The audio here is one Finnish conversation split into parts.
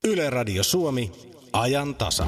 Yle Radio Suomi, ajan tasa.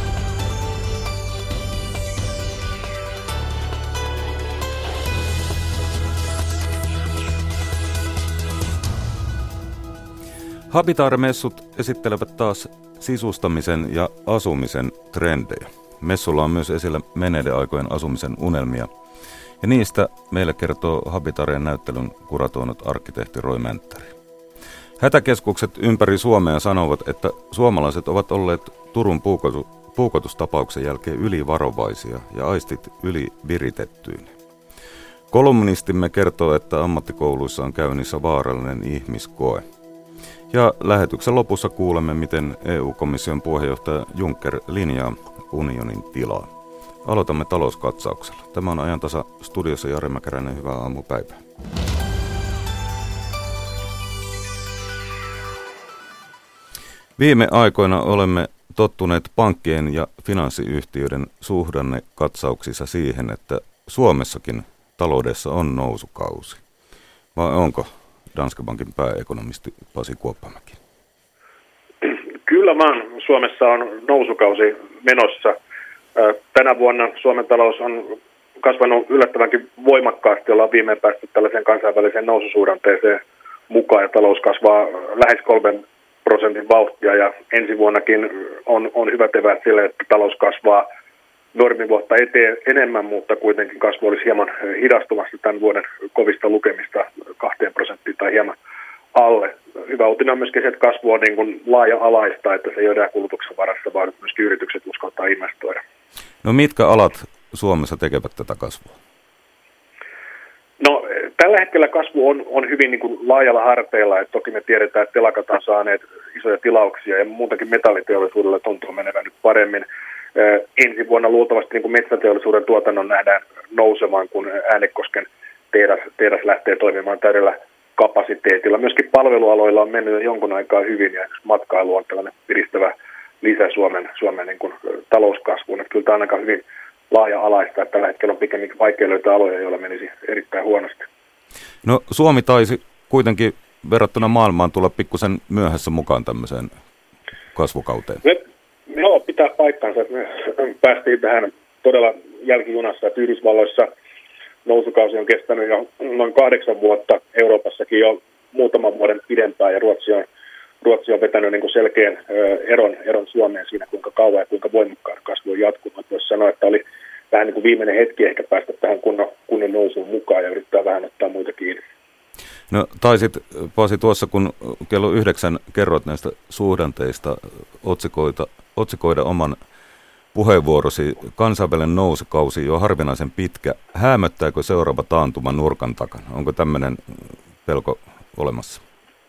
Habitaare-messut esittelevät taas sisustamisen ja asumisen trendejä. Messulla on myös esillä menneiden aikojen asumisen unelmia. Ja niistä meille kertoo Habitaareen näyttelyn kuratoinut arkkitehti Roy Mänttäri. Hätäkeskukset ympäri Suomea sanovat, että suomalaiset ovat olleet Turun puukotustapauksen jälkeen ylivarovaisia ja aistit yliviritettyinä. Kolumnistimme kertoo, että ammattikouluissa on käynnissä vaarallinen ihmiskoe. Ja lähetyksen lopussa kuulemme, miten EU-komission puheenjohtaja Juncker linjaa unionin tilaa. Aloitamme talouskatsauksella. Tämä on Ajantasa, studiossa Jari Mäkäräinen, hyvää aamupäivää. Viime aikoina olemme tottuneet pankkien ja finanssiyhtiöiden suhdannekatsauksissa siihen, että Suomessakin taloudessa on nousukausi. Vai onko Danske Bankin pääekonomisti Pasi Kuoppamäki? Kyllä vaan, Suomessa on nousukausi menossa. Tänä vuonna Suomen talous on kasvanut yllättävänkin voimakkaasti. Ollaan viimein päästy tällaiseen kansainväliseen noususuhdanteeseen mukaan ja talous kasvaa lähes 3% vauhtia ja ensi vuonnakin on hyvät eväät sille, että talous kasvaa normivuotta enemmän, mutta kuitenkin kasvu olisi hieman hidastumassa tämän vuoden kovista lukemista 2% tai hieman alle. Hyvä uutinen on myöskin se, että kasvu on niin kuin laaja-alaista, että se ei ole kulutuksen varassa, vaan myöskin yritykset uskaltaa investoida. No mitkä alat Suomessa tekevät tätä kasvua? No tällä hetkellä kasvu on hyvin niin kuin laajalla harteilla, että toki me tiedetään, että telakat on saaneet isoja tilauksia ja muutakin metalliteollisuudella tuntuu menevän nyt paremmin. Ensi vuonna luultavasti niin kuin metsäteollisuuden tuotannon nähdään nousemaan, kun Äänekosken tehdas lähtee toimimaan täydellä kapasiteetilla. Myöskin palvelualoilla on mennyt jo jonkun aikaa hyvin ja matkailu on tällainen piristävä lisä Suomen niin kuin talouskasvuun. Että kyllä tämä on aika hyvin laaja-alaista, että tällä hetkellä on pikemminkin vaikea löytää aloja, joilla menisi erittäin huonosti. No Suomi taisi kuitenkin verrattuna maailmaan tulla pikkusen myöhässä mukaan tämmöiseen kasvukauteen. Joo, pitää paikkansa. Me päästiin tähän todella jälkijunassa, että Yhdysvalloissa nousukausi on kestänyt jo noin 8 vuotta, Euroopassakin jo muutaman vuoden pidempään ja Ruotsi on vetänyt niin kuin selkeän eron Suomeen siinä, kuinka kauan ja kuinka voimakkaan kasvu on jatkunut. Voisi sanoa, että oli vähän niin kuin viimeinen hetki ehkä päästä tähän kunnon nousuun mukaan ja yrittää vähän ottaa muita kiinni. No taisit, Pasi, tuossa kun kello 9 kerrot näistä suhdanteista otsikoida oman puheenvuorosi. Kansainvälinen nousukausi jo harvinaisen pitkä. Häämöttääkö seuraava taantuma nurkan takana? Onko tämmöinen pelko olemassa?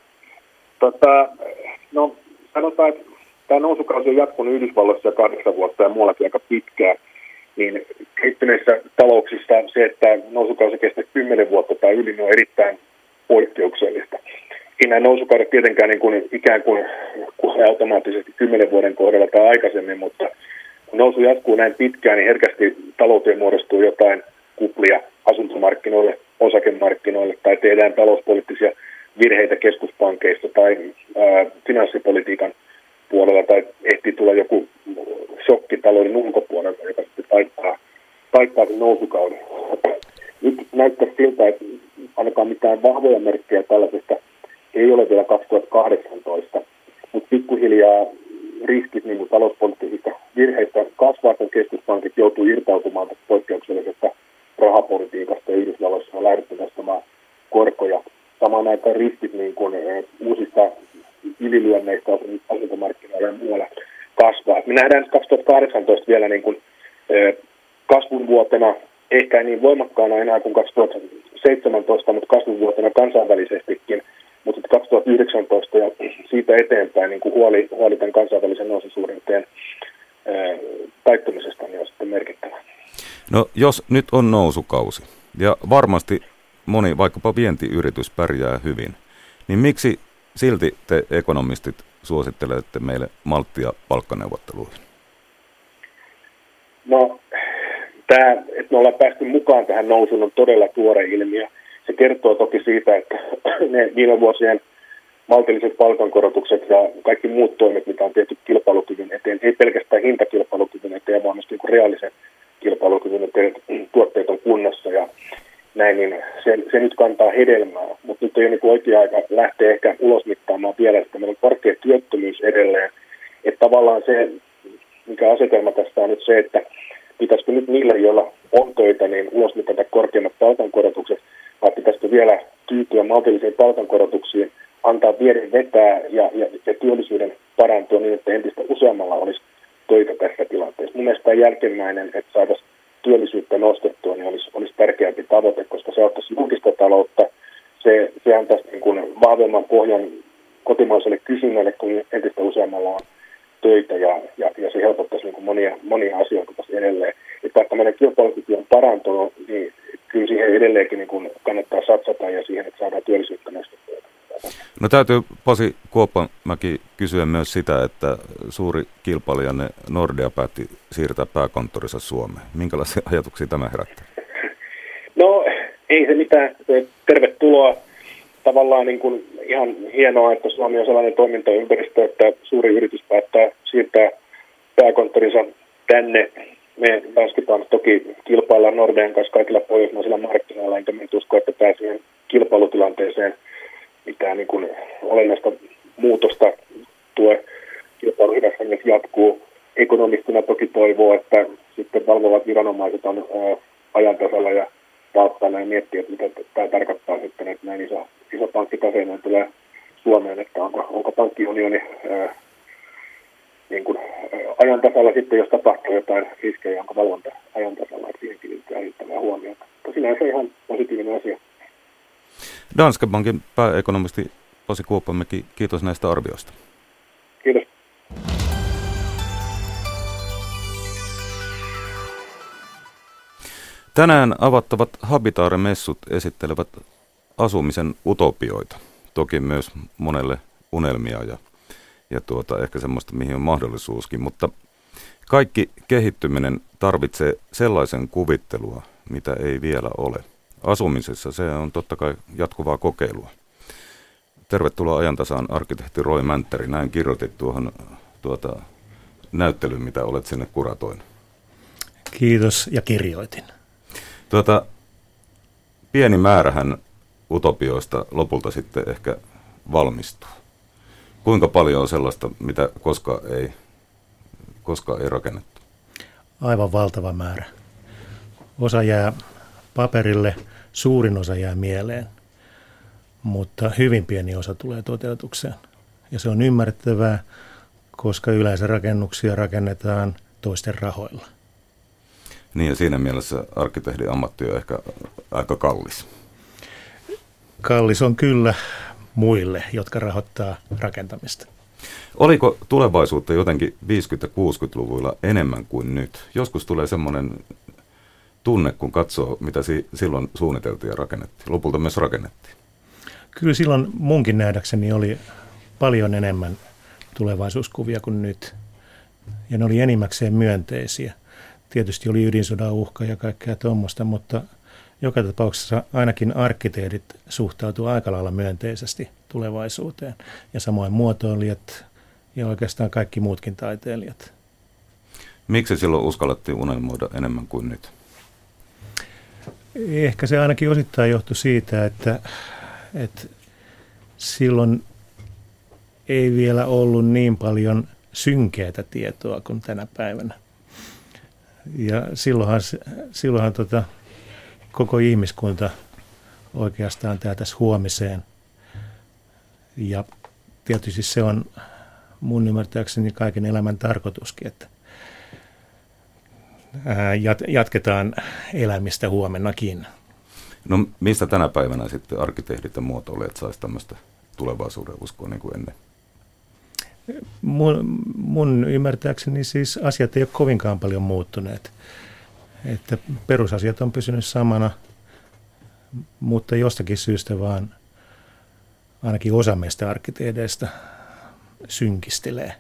No sanotaan, että tämä nousukausi on jatkunut Yhdysvalloissa jo 8 vuotta ja muuallakin aika pitkään. Niin kehittyneissä talouksissa se, että nousukausi kestää 10 vuotta tai yli, on erittäin poikkeuksellista. Ei nämä nousukaudet tietenkään niin kuin, ikään kuin automaattisesti 10 vuoden kohdalla tai aikaisemmin, mutta kun nousu jatkuu näin pitkään, niin herkästi talouteen muodostuu jotain kuplia asuntomarkkinoille, osakemarkkinoille tai tehdään talouspoliittisia virheitä keskuspankeissa tai finanssipolitiikan puolella tai ehtii tulla joku shokki talouden ulkopuolella, joka sitten taittaa sen nousukauden. Nyt näyttää siltä, että ainakaan mitään vahvoja merkkejä tällaisesta ei ole vielä 2018, mutta pikkuhiljaa riskit niin kuin talouspoliittisista virheistä kasvaa, kun keskuspankit joutuu irtautumaan poikkeuksellisesta rahapolitiikasta ja Yhdysvalloissa on lähdetty nostamaan korkoja. Samaan aikaan riskit niin kuin uusista ylilyönneistä asuntomarkkinoilla ja muualla kasvaa. Me nähdään 2018 vielä niin kuin kasvun vuotena, ehkä ei niin voimakkaana enää kuin 2017, mutta kasvun vuotena kansainvälisestikin. Mutta 2019 ja siitä eteenpäin niin kuin huoli tämän kansainvälisen noususuhdanteen taittumisesta niin on sitten merkittävä. No jos nyt on nousukausi ja varmasti moni vaikkapa vientiyritys pärjää hyvin, niin miksi silti te ekonomistit suosittelette meille malttia palkkaneuvotteluihin? No tämä, että me ollaan päästy mukaan tähän nousuun on todella tuore ilmiö. Se kertoo toki siitä, että ne viime vuosien maltilliset palkankorotukset ja kaikki muut toimet, mitä on tehty kilpailukyvyn eteen, ei pelkästään hintakilpailukyvyn eteen, vaan myös niin kuin reaalisen kilpailukyvyn eteen, tuotteet on kunnossa ja näin, niin se nyt kantaa hedelmää, mutta nyt ei ole niin oikea aika lähteä ehkä ulosmittaamaan vielä, että meillä on korkea työttömyys edelleen, että tavallaan se, mikä asetelma tästä on nyt se, että pitäisikö nyt niille, joilla on töitä, niin ulosmitata korkeammat palkankorotukset, vai pitäisikö vielä tyytyä maltillisiin palkankorotuksiin, antaa vieden vetää ja työllisyyden parantua niin, että entistä useammalla olisi töitä tässä tilanteessa. Mun mielestä tämä jälkimmäinen, että saataisiin työllisyyttä nostettua, niin olisi tärkeämpi tavoite, koska se auttaisi julkista taloutta. Se antaisi niin kuin vahvemman pohjan kotimaiselle kysynnälle, kun entistä useammalla on töitä ja se helpottaisi niin kuin monia asioita tässä edelleen. Että vaikka meidän kilpailukyky on parantunut, niin kyllä siihen edelleenkin niin kuin kannattaa satsata ja siihen, että saadaan työllisyyttä nostettua. No täytyy Pasi Kuoppamäki kysyä myös sitä, että suuri kilpailijanne Nordea päätti siirtää pääkonttorinsa Suomeen. Minkälaisia ajatuksia tämä herättää? No ei se mitään. Tervetuloa. Tavallaan niin kuin ihan hienoa, että Suomi on sellainen toimintaympäristö, että suuri yritys päättää siirtää pääkonttorinsa tänne. Me Danske Bank toki kilpaillaan Nordean kanssa kaikilla pohjoismaisilla markkinoilla, enkä me usko, että pääsee kilpailutilanteeseen mitään niin kuin olennaista muutosta tuo kilpailu hyvässä myös jatkuu. Ekonomistina toki toivoo, että sitten valvovat viranomaiset on ajan tasalla ja valtaa näin miettiä, että mitä tämä tarkoittaa sitten, että näin iso pankkitaseineen tulee Suomeen, että onko pankkiunioni niin kuin ajan tasalla sitten, jos tapahtuu jotain riskejä, onko valvonta ajan tasalla, että siihen kiinnittää riittävää huomiota. Sinänsä se ihan positiivinen asia. Danske Bankin pääekonomisti Pasi Kuoppamäki, kiitos näistä arvioista. Kiitos. Tänään avattavat Habitaare-messut esittelevät asumisen utopioita. Toki myös monelle unelmia ja ehkä semmoista, mihin on mahdollisuuskin, mutta kaikki kehittyminen tarvitsee sellaisen kuvittelua, mitä ei vielä ole. Asumisessa se on totta kai jatkuvaa kokeilua. Tervetuloa Ajantasaan arkkitehti Roy Mänttäri. Näin kirjoitit tuohon näyttelyyn, mitä olet sinne kuratoinut. Kiitos ja kirjoitin. Pieni määrähän utopioista lopulta sitten ehkä valmistuu. Kuinka paljon on sellaista, mitä koskaan ei rakennettu? Aivan valtava määrä. Osa jää paperille, suurin osa jää mieleen, mutta hyvin pieni osa tulee toteutukseen. Ja se on ymmärrettävää, koska yleensä rakennuksia rakennetaan toisten rahoilla. Niin ja siinä mielessä arkkitehdin ammatti on ehkä aika kallis. Kallis on kyllä muille, jotka rahoittaa rakentamista. Oliko tulevaisuutta jotenkin 50-60-luvuilla enemmän kuin nyt? Joskus tulee semmoinen tunne, kun katsoo, mitä silloin suunniteltiin ja rakennettiin. Lopulta myös rakennettiin. Kyllä silloin munkin nähdäkseni oli paljon enemmän tulevaisuuskuvia kuin nyt. Ja ne oli enimmäkseen myönteisiä. Tietysti oli ydinsodan uhka ja kaikkea tuommoista, mutta joka tapauksessa ainakin arkkitehdit suhtautuivat aika lailla myönteisesti tulevaisuuteen. Ja samoin muotoilijat ja oikeastaan kaikki muutkin taiteilijat. Miksi silloin uskallettiin unelmoida enemmän kuin nyt? Ehkä se ainakin osittain johtui siitä, että silloin ei vielä ollut niin paljon synkeätä tietoa kuin tänä päivänä. Ja silloinhan koko ihmiskunta oikeastaan tähtäisi huomiseen. Ja tietysti se on mun ymmärtääkseni kaiken elämän tarkoituskin, että jatketaan elämistä huomennakin. No mistä tänä päivänä sitten arkkitehdit ja muotoilijat saisi tämmöistä tulevaisuuden uskoa niin kuin ennen? Mun ymmärtääkseni siis asiat ei ole kovinkaan paljon muuttuneet. Että perusasiat on pysynyt samana, mutta jostakin syystä vaan ainakin osa meistä arkkitehdeistä synkistelee.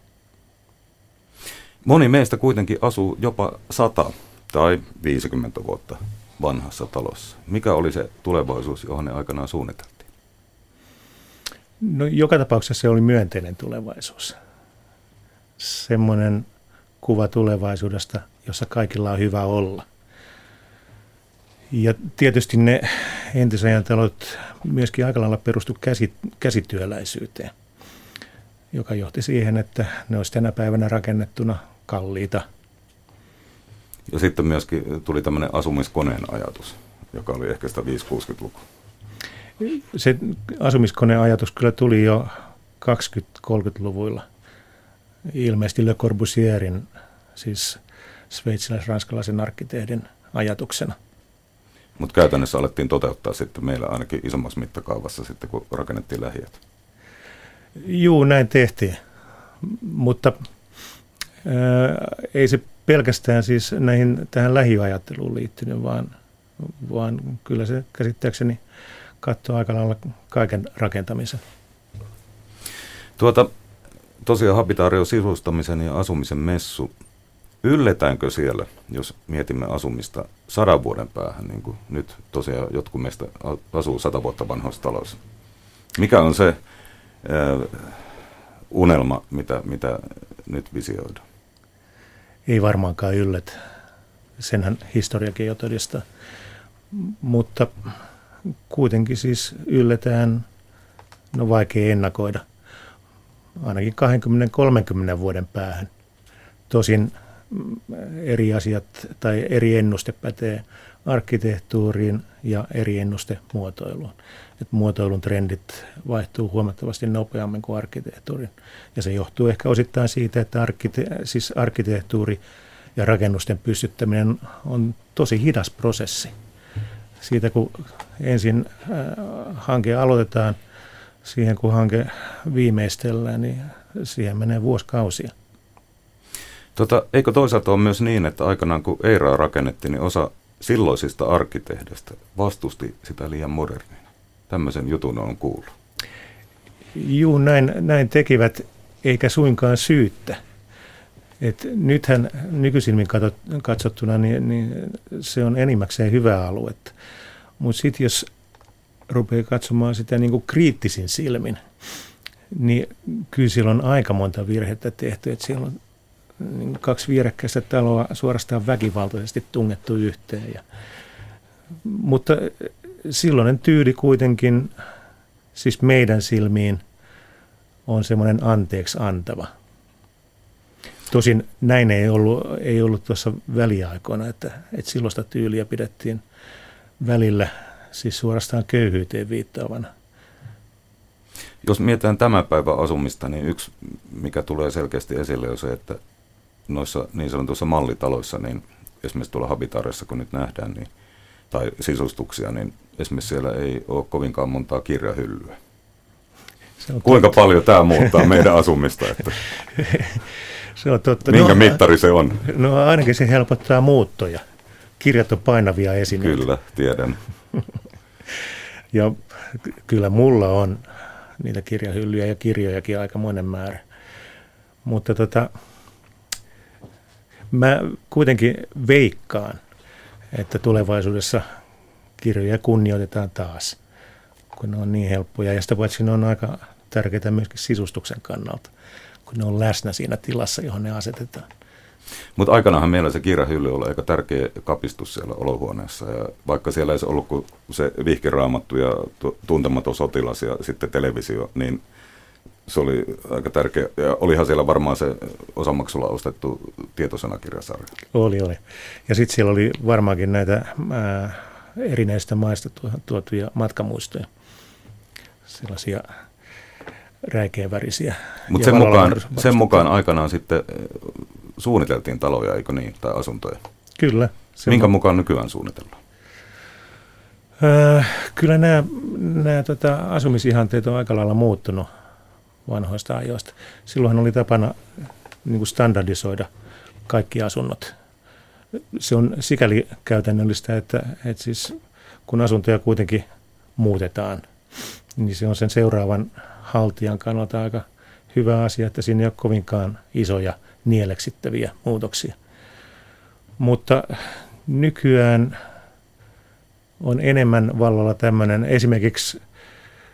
Moni meistä kuitenkin asuu jopa 100 tai 50 vuotta vanhassa talossa. Mikä oli se tulevaisuus, johon ne aikanaan suunniteltiin? No, joka tapauksessa se oli myönteinen tulevaisuus. Semmoinen kuva tulevaisuudesta, jossa kaikilla on hyvä olla. Ja tietysti ne entisajan talot myöskin aika lailla perustu käsityöläisyyteen, joka johti siihen, että ne olisi tänä päivänä rakennettuna kalliita. Ja sitten myöskin tuli tämmöinen asumiskoneen ajatus, joka oli ehkä sitä 5-60-lukua. Se asumiskoneajatus kyllä tuli jo 20-30-luvuilla. Ilmeisesti Le Corbusierin, siis sveitsiläis-ranskalaisen arkkitehdin ajatuksena. Mutta käytännössä alettiin toteuttaa sitten meillä ainakin isommassa mittakaavassa sitten, kun rakennettiin lähiöt. Juu, näin tehtiin. Mutta ei se pelkästään siis tähän lähiöajatteluun liittynyt, vaan kyllä se käsittääkseni katsoo aika lailla kaiken rakentamisen. Tosiaan Habitaario sisustamisen ja asumisen messu. Ylletäänkö siellä, jos mietimme asumista 100 vuoden päähän, niin kuin nyt tosiaan jotkut meistä asuu 100 vuotta vanhoissa taloissa? Mikä on se unelma, mitä nyt visioidaan? Ei varmaankaan yllätä. Senhän historiakin jo todistaa. Mutta kuitenkin siis ylletään, no vaikea ennakoida, ainakin 20-30 vuoden päähän. Tosin eri asiat tai eri ennuste pätee arkkitehtuuriin ja eri ennuste muotoiluun. Et muotoilun trendit vaihtuu huomattavasti nopeammin kuin arkkitehtuurin. Ja se johtuu ehkä osittain siitä, että arkkitehtuuri ja rakennusten pystyttäminen on tosi hidas prosessi. Siitä kun ensin hanke aloitetaan, siihen kun hanke viimeistellään, niin siihen menee vuosikausia. Eikö toisaalta ole myös niin, että aikanaan kun Eiraa rakennettiin, niin osa silloisista arkkitehdeistä vastusti sitä liian modernina? Tämmöisen jutun on kuullut. Juu, näin tekivät, eikä suinkaan syyttä. Et nythän nykysilmin katsottuna niin se on enimmäkseen hyvää aluetta. Mutta sitten jos rupeaa katsomaan sitä niin kuin kriittisin silmin, niin kyllä siellä on aika monta virhettä tehty. Että siellä on niin 2 vierekkäistä taloa suorastaan väkivaltaisesti tungettu yhteen. Mutta silloinen tyyli kuitenkin, siis meidän silmiin, on semmoinen anteeksi antava. Tosin näin ei ollut tuossa väliaikoina, että silloista tyyliä pidettiin välillä siis suorastaan köyhyyteen viittaavana. Jos mietitään tämän päivän asumista, niin yksi, mikä tulee selkeästi esille, on se, että noissa niin sanotuissa mallitaloissa, niin esimerkiksi tuolla Habitaarissa, kun nyt nähdään, niin, tai sisustuksia, niin esimerkiksi siellä ei ole kovinkaan montaa kirjahyllyä. Kuinka paljon tämä muuttaa meidän asumista? Että se on totta. Minkä mittari se on? No ainakin se helpottaa muuttoja. Kirjat on painavia esineitä. Kyllä, tiedän. Ja kyllä mulla on niitä kirjahyllyjä ja kirjojakin aikamoinen määrä. Mutta mä kuitenkin veikkaan, että tulevaisuudessa kirjoja kunnioitetaan taas, kun ne on niin helppoja. Ja sitä paitsi ne on aika tärkeitä myöskin sisustuksen kannalta, kun ne on läsnä siinä tilassa, johon ne asetetaan. Mutta aikanaanhan meillä se kirjahylly oli aika tärkeä kapistus siellä olohuoneessa. Ja vaikka siellä ei ollut kuin se vihkiraamattu ja tuntematon sotilas ja sitten televisio, niin se oli aika tärkeä. Ja olihan siellä varmaan se osamaksulla ostettu tietosanakirjasarja. Oli. Ja sitten siellä oli varmaankin näitä erinäistä maista tuotuja matkamuistoja. Sellaisia räikeänvärisiä. Mutta sen mukaan aikanaan sitten suunniteltiin taloja, eikö niin, tai asuntoja? Kyllä. Minkä mukaan nykyään suunnitellaan? Kyllä nämä asumisihanteet on aika lailla muuttunut vanhoista ajoista. Silloinhan oli tapana niin kuin standardisoida kaikki asunnot. Se on sikäli käytännöllistä, että siis kun asuntoja kuitenkin muutetaan, niin se on sen seuraavan haltijan kannalta aika hyvä asia, että siinä ei ole kovinkaan isoja nieleksittäviä muutoksia. Mutta nykyään on enemmän vallalla tämmöinen esimerkiksi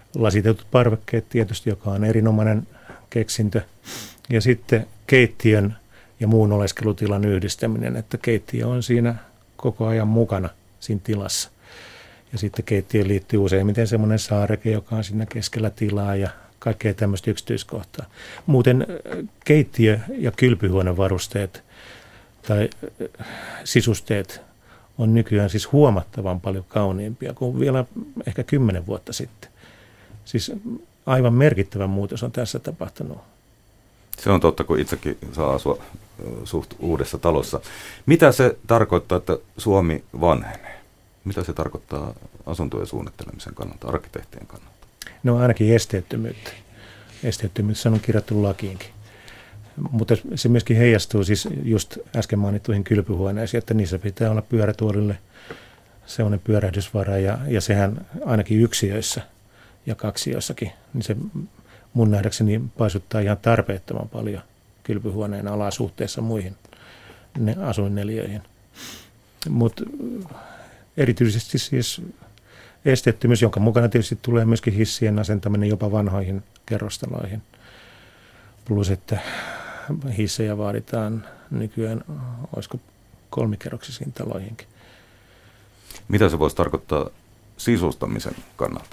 Lasitetut parvekkeet tietysti, joka on erinomainen keksintö. Ja sitten keittiön ja muun oleskelutilan yhdistäminen, että keittiö on siinä koko ajan mukana siinä tilassa. Ja sitten keittiöön liittyy useimmiten semmoinen saareke, joka on siinä keskellä tilaa ja kaikkea tämmöistä yksityiskohtaa. Muuten keittiö- ja kylpyhuonevarusteet tai sisusteet on nykyään siis huomattavan paljon kauniimpia kuin vielä ehkä 10 vuotta sitten. Siis aivan merkittävä muutos on tässä tapahtunut. Se on totta, kun itsekin saa asua suht uudessa talossa. Mitä se tarkoittaa, että Suomi vanhenee? Mitä se tarkoittaa asuntojen suunnittelemisen kannalta, arkkitehtien kannalta? No ainakin esteettömyyttä. Esteettömyyttä on kirjattu lakiinkin. Mutta se myöskin heijastuu siis just äsken mainittuihin kylpyhuoneisiin, että niissä pitää olla pyörätuolille sellainen pyörähdysvara ja sehän ainakin yksiöissä ja kaksiöissäkin, niin se mun nähdäkseni paisuttaa ihan tarpeettoman paljon kylpyhuoneen alaa suhteessa muihin asuinneliöihin. Mutta erityisesti siis esteettömyys, jonka mukana tietysti tulee myöskin hissien asentaminen jopa vanhoihin kerrostaloihin. Plus, että hissejä vaaditaan nykyään, olisiko 3-kerroksisiin taloihinkin. Mitä se voisi tarkoittaa sisustamisen kannalta?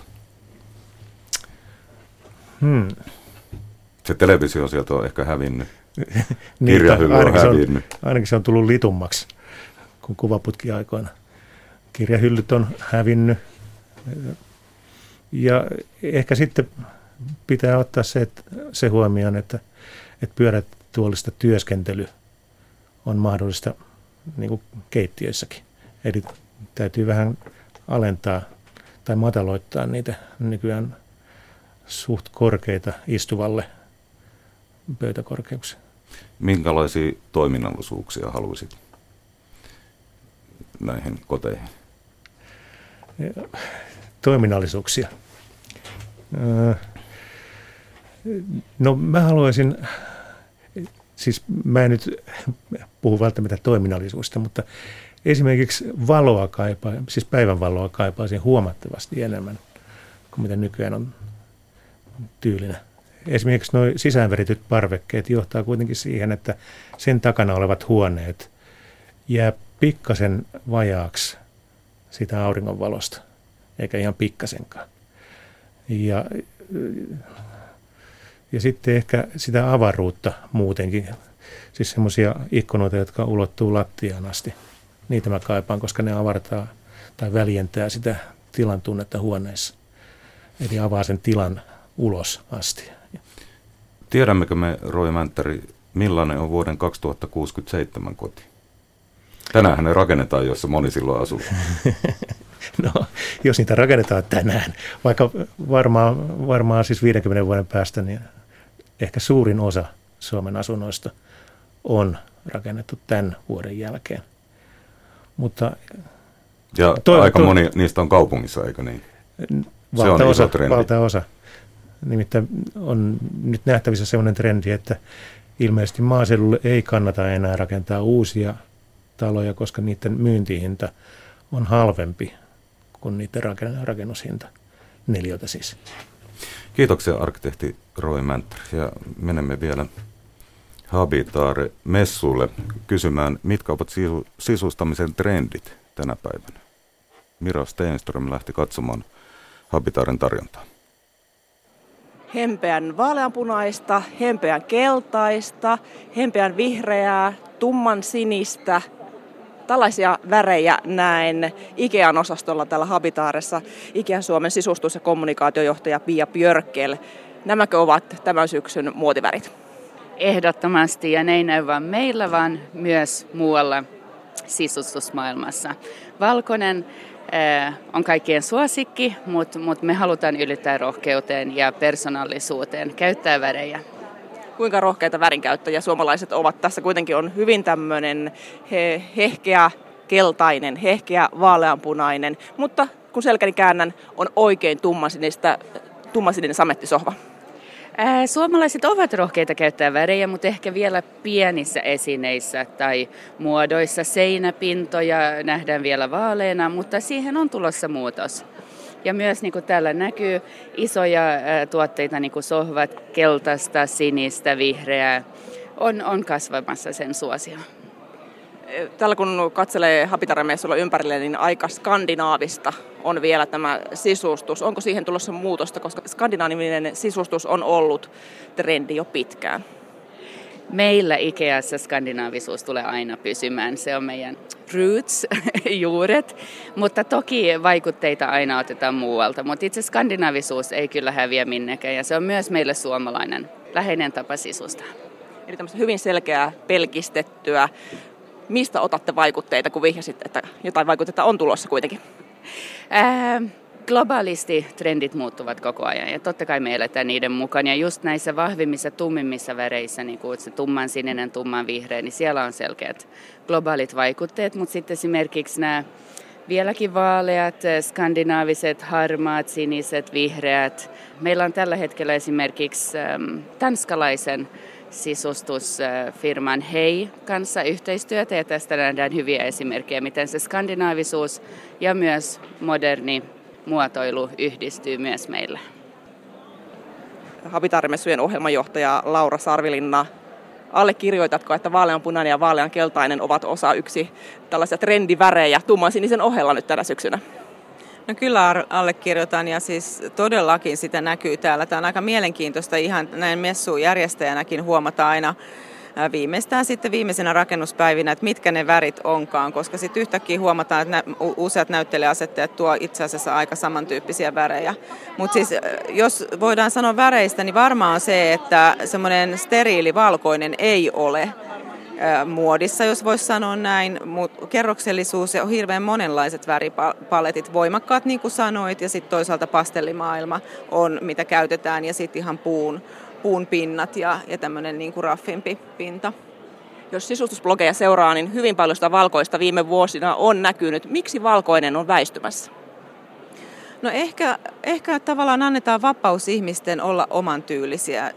Se televisio sieltä on ehkä hävinnyt. Kirjahylly on hävinnyt. Ainakin se on tullut litummaksi, kun kuvaputki aikoina. Kirjahyllyt on hävinnyt. Ja ehkä sitten pitää ottaa se huomioon, että pyörätuolista työskentely on mahdollista niin kuin keittiöissäkin. Eli täytyy vähän alentaa tai mataloittaa niitä nykyään suht korkeita istuvalle pöytäkorkeuksia. Minkälaisia toiminnallisuuksia haluaisit näihin koteihin? Toiminnallisuuksia. No mä haluaisin, siis mä en nyt puhu välttämättä toiminnallisuudesta, mutta esimerkiksi valoa siis päivänvaloa kaipaisin huomattavasti enemmän kuin mitä nykyään on tyylinä. Esimerkiksi nuo sisäänverityt parvekkeet johtaa kuitenkin siihen, että sen takana olevat huoneet jää pikkasen vajaaksi sitä auringonvalosta, eikä ihan pikkasenkaan. Ja sitten ehkä sitä avaruutta muutenkin, siis semmoisia ikkunoita, jotka ulottuu lattiaan asti. Niitä mä kaipaan, koska ne avartaa tai väljentää sitä tilan tunnetta huoneessa. Eli avaa sen tilan ulos asti. Tiedämmekö me, Roy Mänttäri, millainen on vuoden 2067 koti? Tänäänhän ne rakennetaan, jossa moni silloin asuu. No, jos niitä rakennetaan tänään, vaikka varmaan siis 50 vuoden päästä, niin ehkä suurin osa Suomen asunnoista on rakennettu tämän vuoden jälkeen. Mutta ja aika moni niistä on kaupungissa, eikö niin? Se on iso trendi. Valtaosa. Nimittäin on nyt nähtävissä sellainen trendi, että ilmeisesti maaseudulle ei kannata enää rakentaa uusia taloja, koska niiden myyntihinta on halvempi kuin niiden rakennushinta, neliötä siis. Kiitoksia arkkitehti Roy Mänttäri. Ja menemme vielä Habitaare-messuille kysymään, mitkä ovat sisustamisen trendit tänä päivänä. Mira Stenström lähti katsomaan Habitaaren tarjontaa. Hempeän vaaleanpunaista, hempeän keltaista, hempeän vihreää, tumman sinistä. Tällaisia värejä näen Ikean osastolla täällä Habitaaressa. Ikean Suomen sisustus- ja kommunikaatiojohtaja Pia Björkel. Nämäkö ovat tämän syksyn muotivärit? Ehdottomasti, ja ne ei näy vain meillä, vaan myös muualla sisustusmaailmassa. Valkoinen on kaikkien suosikki, mutta me halutaan yllyttää rohkeuteen ja persoonallisuuteen, käyttää värejä. Kuinka rohkeita värinkäyttäjiä suomalaiset ovat? Tässä kuitenkin on hyvin tämmöinen hehkeä keltainen, hehkeä vaaleanpunainen, mutta kun selkäni käännän, on oikein tummasininen samettisohva. Suomalaiset ovat rohkeita käyttää värejä, mutta ehkä vielä pienissä esineissä tai muodoissa. Seinäpintoja nähdään vielä vaaleina, mutta siihen on tulossa muutos. Ja myös niin kuin täällä näkyy isoja tuotteita, niin kuin sohvat, keltaista, sinistä, vihreää, on kasvamassa sen suosio. Täällä kun katselee Habitare-messuilla ympärille, niin aika skandinaavista on vielä tämä sisustus. Onko siihen tulossa muutosta, koska skandinaavinen sisustus on ollut trendi jo pitkään? Meillä Ikeassa skandinaavisuus tulee aina pysymään. Se on meidän roots, juuret, mutta toki vaikutteita aina otetaan muualta. Mutta itse skandinaavisuus ei kyllä häviä minnekään ja se on myös meille suomalainen läheinen tapa sisustaa. Eli tämmöistä hyvin selkeää, pelkistettyä. Mistä otatte vaikutteita, kun vihjasit, että jotain vaikutteita on tulossa kuitenkin? Globaalisti trendit muuttuvat koko ajan ja totta kai me eletään niiden mukaan. Ja just näissä vahvimmissa, tummimmissa väreissä, niin kuin se tumman sininen, tumman vihreä, niin siellä on selkeät globaalit vaikutteet. Mutta sitten esimerkiksi nämä vieläkin vaaleat, skandinaaviset, harmaat, siniset, vihreät. Meillä on tällä hetkellä esimerkiksi tanskalaisen sisustusfirman Hei kanssa yhteistyötä ja tästä nähdään hyviä esimerkkejä, miten se skandinaavisuus ja myös moderni muotoilu yhdistyy myös meillä. Habitare-messujen ohjelmanjohtaja Laura Sarvilinna, allekirjoitatko, että vaaleanpunainen ja vaaleankeltainen ovat osa yksi tällaisia trendivärejä tummansinisen ohella nyt tänä syksynä? No kyllä allekirjoitan ja siis todellakin sitä näkyy täällä. Tämä on aika mielenkiintoista ihan näin messuun järjestäjänäkin huomata aina viimeistään sitten viimeisenä rakennuspäivinä, että mitkä ne värit onkaan, koska sitten yhtäkkiä huomataan, että useat näyttelijäasettajat tuo itse asiassa aika samantyyppisiä värejä. Mutta siis jos voidaan sanoa väreistä, niin varmaan on se, että semmoinen steriili valkoinen ei ole muodissa, jos voisi sanoa näin, mutta kerroksellisuus ja hirveän monenlaiset väripaletit, voimakkaat niin kuin sanoit, ja sitten toisaalta pastellimaailma on, mitä käytetään, ja sitten ihan puun pinnat ja tämmöinen niin kuin raffimpi pinta. Jos sisustusblogeja seuraa, niin hyvin paljon sitä valkoista viime vuosina on näkynyt. Miksi valkoinen on väistymässä? No ehkä tavallaan annetaan vapaus ihmisten olla oman tyylisiä.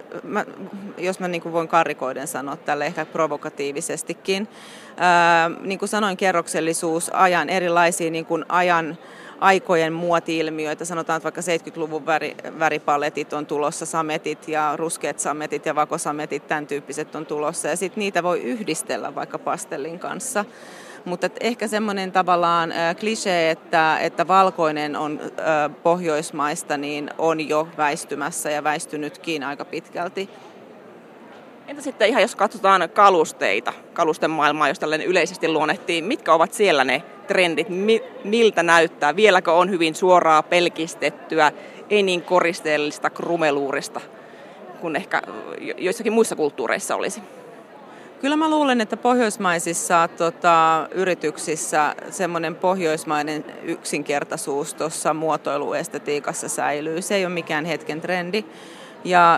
Jos mä niin kuin voin karrikoiden sanoa tälle ehkä provokatiivisestikin. Niin kuin sanoin, kerroksellisuus, ajan erilaisia niin kuin aikojen muoti-ilmiöitä. Sanotaan, että vaikka 70-luvun väripaletit on tulossa, sametit ja ruskeat sametit ja vakosametit, tämän tyyppiset on tulossa. Ja sitten niitä voi yhdistellä vaikka pastellin kanssa. Mutta ehkä semmoinen tavallaan klisee, että valkoinen on pohjoismaista, niin on jo väistymässä ja väistynytkin aika pitkälti. Entä sitten ihan jos katsotaan kalusteita, kalusten maailmaa, jos tällainen yleisesti luonnehtiin, mitkä ovat siellä ne trendit, miltä näyttää? Vieläkö on hyvin suoraa, pelkistettyä, ei niin koristeellista krumeluurista kuin ehkä joissakin muissa kulttuureissa olisi? Kyllä mä luulen, että pohjoismaisissa yrityksissä semmoinen pohjoismainen yksinkertaisuus tuossa muotoiluestetiikassa säilyy. Se ei ole mikään hetken trendi. Ja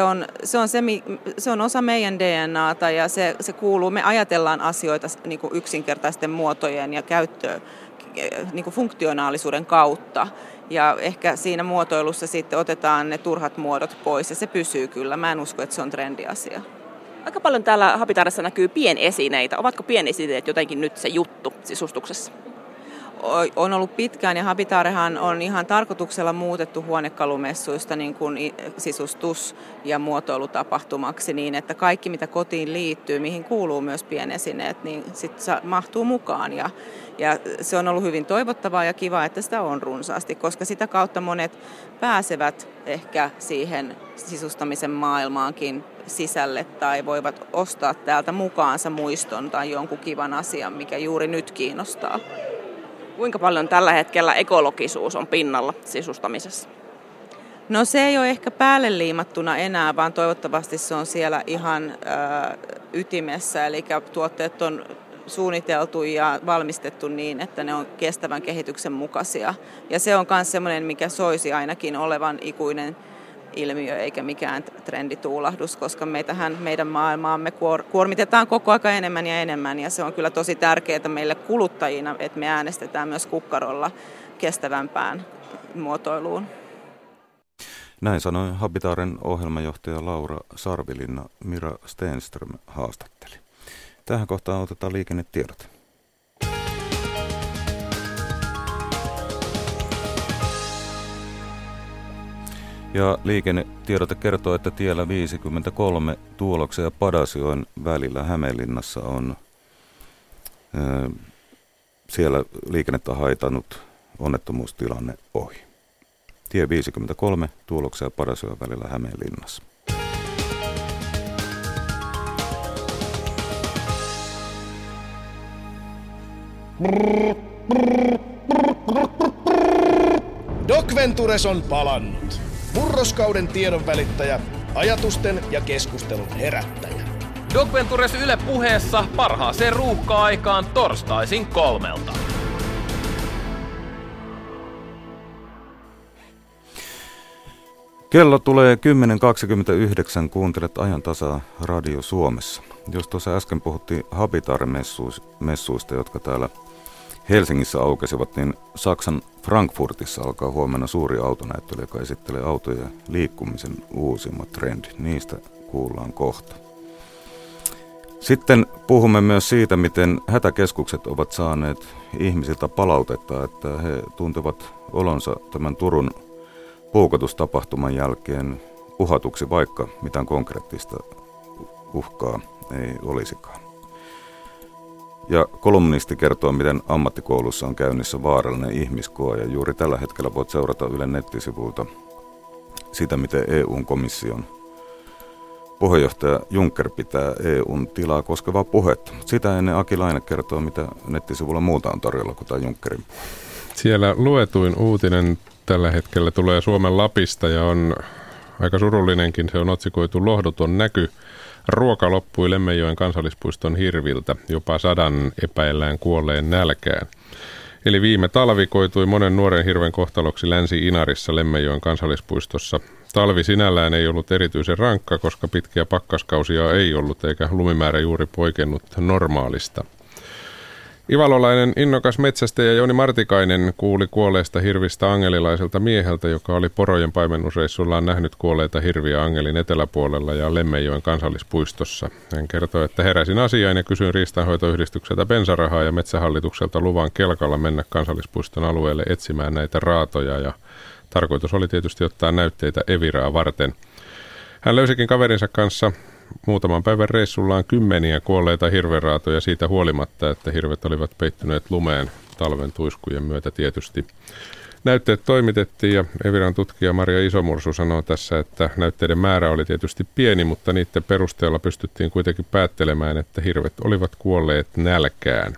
se on osa meidän DNAta ja se kuuluu, me ajatellaan asioita niin kuin yksinkertaisten muotojen ja käyttöön niin kuin funktionaalisuuden kautta. Ja ehkä siinä muotoilussa sitten otetaan ne turhat muodot pois ja se pysyy kyllä. Mä en usko, että se on trendiasia. Aika paljon täällä Habitaressa näkyy pienesineitä. Ovatko pienesineet jotenkin nyt se juttu sisustuksessa? On ollut pitkään ja Habitarehan on ihan tarkoituksella muutettu huonekalumessuista niin kuin sisustus- ja muotoilutapahtumaksi niin, että kaikki mitä kotiin liittyy, mihin kuuluu myös pienesineet, niin sitten mahtuu mukaan. Ja se on ollut hyvin toivottavaa ja kiva, että sitä on runsaasti, koska sitä kautta monet pääsevät ehkä siihen sisustamisen maailmaankin sisälle tai voivat ostaa täältä mukaansa muiston tai jonkun kivan asian, mikä juuri nyt kiinnostaa. Kuinka paljon tällä hetkellä ekologisuus on pinnalla sisustamisessa? No se ei ole ehkä päälle liimattuna enää, vaan toivottavasti se on siellä ihan ytimessä. Eli tuotteet on suunniteltu ja valmistettu niin, että ne on kestävän kehityksen mukaisia. Ja se on myös semmoinen, mikä soisi ainakin olevan ikuinen ilmiö eikä mikään trendituulahdus, koska meidän maailmaamme kuormitetaan koko ajan enemmän ja enemmän ja se on kyllä tosi tärkeää meille kuluttajina, että me äänestetään myös kukkarolla kestävämpään muotoiluun. Näin sanoi Habitaren ohjelmanjohtaja Laura Sarvilinna. Mira Stenström haastatteli. Tähän kohtaan otetaan liikennetiedot. Ja liikennetiedote kertoo, että tiellä 53 Tuuloksen ja Padasjoen välillä Hämeenlinnassa on siellä liikennettä haitannut onnettomuustilanne ohi. Tie 53 Tuuloksen ja Padasjoen välillä Hämeenlinnassa. Doc Ventures on palannut. Murroskauden tiedonvälittäjä, ajatusten ja keskustelun herättäjä. Doc Ventures Yle Puheessa parhaaseen ruuhka-aikaan torstaisin 3. Kello tulee 10.29, kuuntelet Ajan tasaa Radio Suomessa. Jos tuossa äsken puhuttiin Habitare-messuista, jotka täällä Helsingissä aukesivat, niin Saksan Frankfurtissa alkaa huomenna suuri autonäyttely, joka esittelee autojen liikkumisen uusimmat trendit. Niistä kuullaan kohta. Sitten puhumme myös siitä, miten hätäkeskukset ovat saaneet ihmisiltä palautetta, että he tuntevat olonsa tämän Turun puukotustapahtuman jälkeen uhatuksi, vaikka mitään konkreettista uhkaa ei olisikaan. Ja kolumnisti kertoo, miten ammattikoulussa on käynnissä vaarallinen ihmiskoe, ja juuri tällä hetkellä voit seurata Ylen nettisivuilta sitä, miten EU-komission puheenjohtaja Juncker pitää EUn tilaa koskevaa puhetta. Sitä ennen Aki Laine kertoo, mitä nettisivulla muuta on tarjolla kuin tämä Junckerin puhe. Siellä luetuin uutinen tällä hetkellä tulee Suomen Lapista ja on aika surullinenkin. Se on otsikoitu "Lohduton näky. Ruoka loppui Lemmenjoen kansallispuiston hirviltä. Jopa 100 epäillään kuolleen nälkään." Eli viime talvi koitui monen nuoren hirven kohtaloksi Länsi-Inarissa Lemmenjoen kansallispuistossa. Talvi sinällään ei ollut erityisen rankka, koska pitkiä pakkaskausia ei ollut eikä lumimäärä juuri poikennut normaalista. Ivalolainen innokas metsästäjä Jouni Martikainen kuuli kuolleesta hirvistä angelilaiselta mieheltä, joka oli porojen paimennusreissullaan nähnyt kuolleita hirviä Angelin eteläpuolella ja Lemmenjoen kansallispuistossa. Hän kertoi, että heräsin asiaan ja kysyin riistanhoitoyhdistykseltä bensarahaa ja Metsähallitukselta luvan kelkalla mennä kansallispuiston alueelle etsimään näitä raatoja, ja tarkoitus oli tietysti ottaa näytteitä Eviraa varten. Hän löysikin kaverinsa kanssa muutaman päivän reissullaan kymmeniä kuolleita hirvenraatoja siitä huolimatta, että hirvet olivat peittyneet lumeen talven tuiskujen myötä tietysti. Näytteet toimitettiin ja Eviran tutkija Maria Isomursu sanoo tässä, että näytteiden määrä oli tietysti pieni, mutta niiden perusteella pystyttiin kuitenkin päättelemään, että hirvet olivat kuolleet nälkään.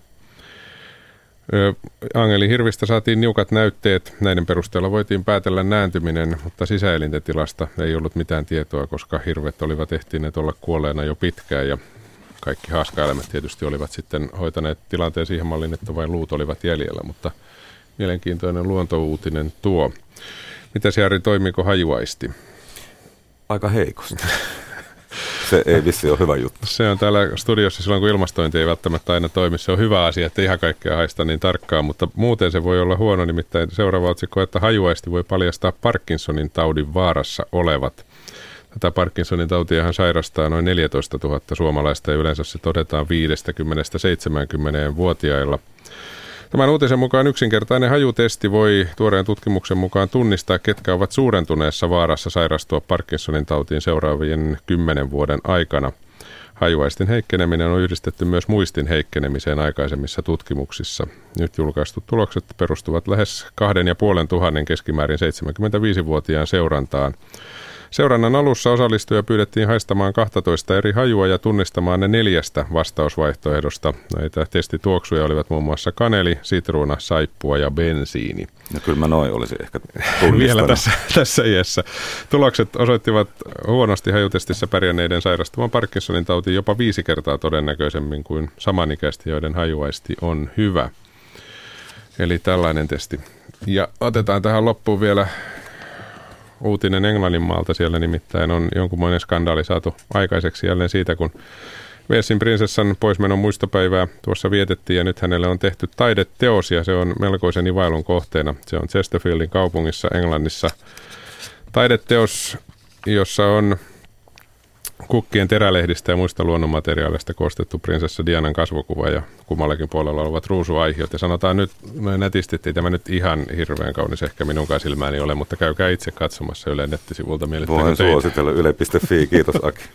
Angelin hirvistä saatiin niukat näytteet. Näiden perusteella voitiin päätellä nääntyminen, mutta sisäelinten tilasta ei ollut mitään tietoa, koska hirvet olivat ehtineet olla kuolleena jo pitkään ja kaikki haaskaeläimet tietysti olivat sitten hoitaneet tilanteen siihen malliin, että vain luut olivat jäljellä, mutta mielenkiintoinen luontouutinen tuo. Mitäs Jari, toimiiko hajuaisti? Aika heikosti. Se ei vissi ole hyvä juttu. Se on täällä studiossa silloin, kun ilmastointi ei välttämättä aina toimi. Se on hyvä asia, että ihan kaikkea haista niin tarkkaan, mutta muuten se voi olla huono. Nimittäin seuraava otsikko, että hajuaisti voi paljastaa Parkinsonin taudin vaarassa olevat. Tätä Parkinsonin tautiahan sairastaa noin 14 000 suomalaista ja yleensä se todetaan 50-70-vuotiailla. Tämän uutisen mukaan yksinkertainen hajutesti voi tuoreen tutkimuksen mukaan tunnistaa, ketkä ovat suurentuneessa vaarassa sairastua Parkinsonin tautiin seuraavien 10 vuoden aikana. Hajuaistin heikkeneminen on yhdistetty myös muistin heikkenemiseen aikaisemmissa tutkimuksissa. Nyt julkaistut tulokset perustuvat lähes 2500 keskimäärin 75-vuotiaan seurantaan. Seurannan alussa osallistujia pyydettiin haistamaan 12 eri hajua ja tunnistamaan ne 4 vastausvaihtoehdosta. Näitä testituoksuja olivat muun muassa kaneli, sitruuna, saippua ja bensiini. No kyllä mä noin olisi ehkä tunnistanut. Vielä tässä iässä. Tulokset osoittivat huonosti hajutestissä pärjänneiden sairastuvan Parkinsonin tautiin jopa 5 kertaa todennäköisemmin kuin samanikäisesti, joiden hajuaisti on hyvä. Eli tällainen testi. Ja otetaan tähän loppuun vielä uutinen Englanninmaalta. Siellä nimittäin on jonkunmoinen skandaali saatu aikaiseksi jälleen siitä, kun Walesin prinsessan poismenon muistopäivää tuossa vietettiin ja nyt hänelle on tehty taideteos ja se on melkoisen ivailun kohteena. Se on Chesterfieldin kaupungissa Englannissa taideteos, jossa on kukkien terälehdistä ja muista luonnonmateriaaleista koostettu prinsessa Dianan kasvokuva ja kummallakin puolella olevat ruusuaihiot. Ja sanotaan nyt, nätisti, että ei tämä nyt ihan hirveän kaunis ehkä minunkaan silmääni ole, mutta käykää itse katsomassa Ylen nettisivulta. Voin suositella yle.fi, kiitos Aki.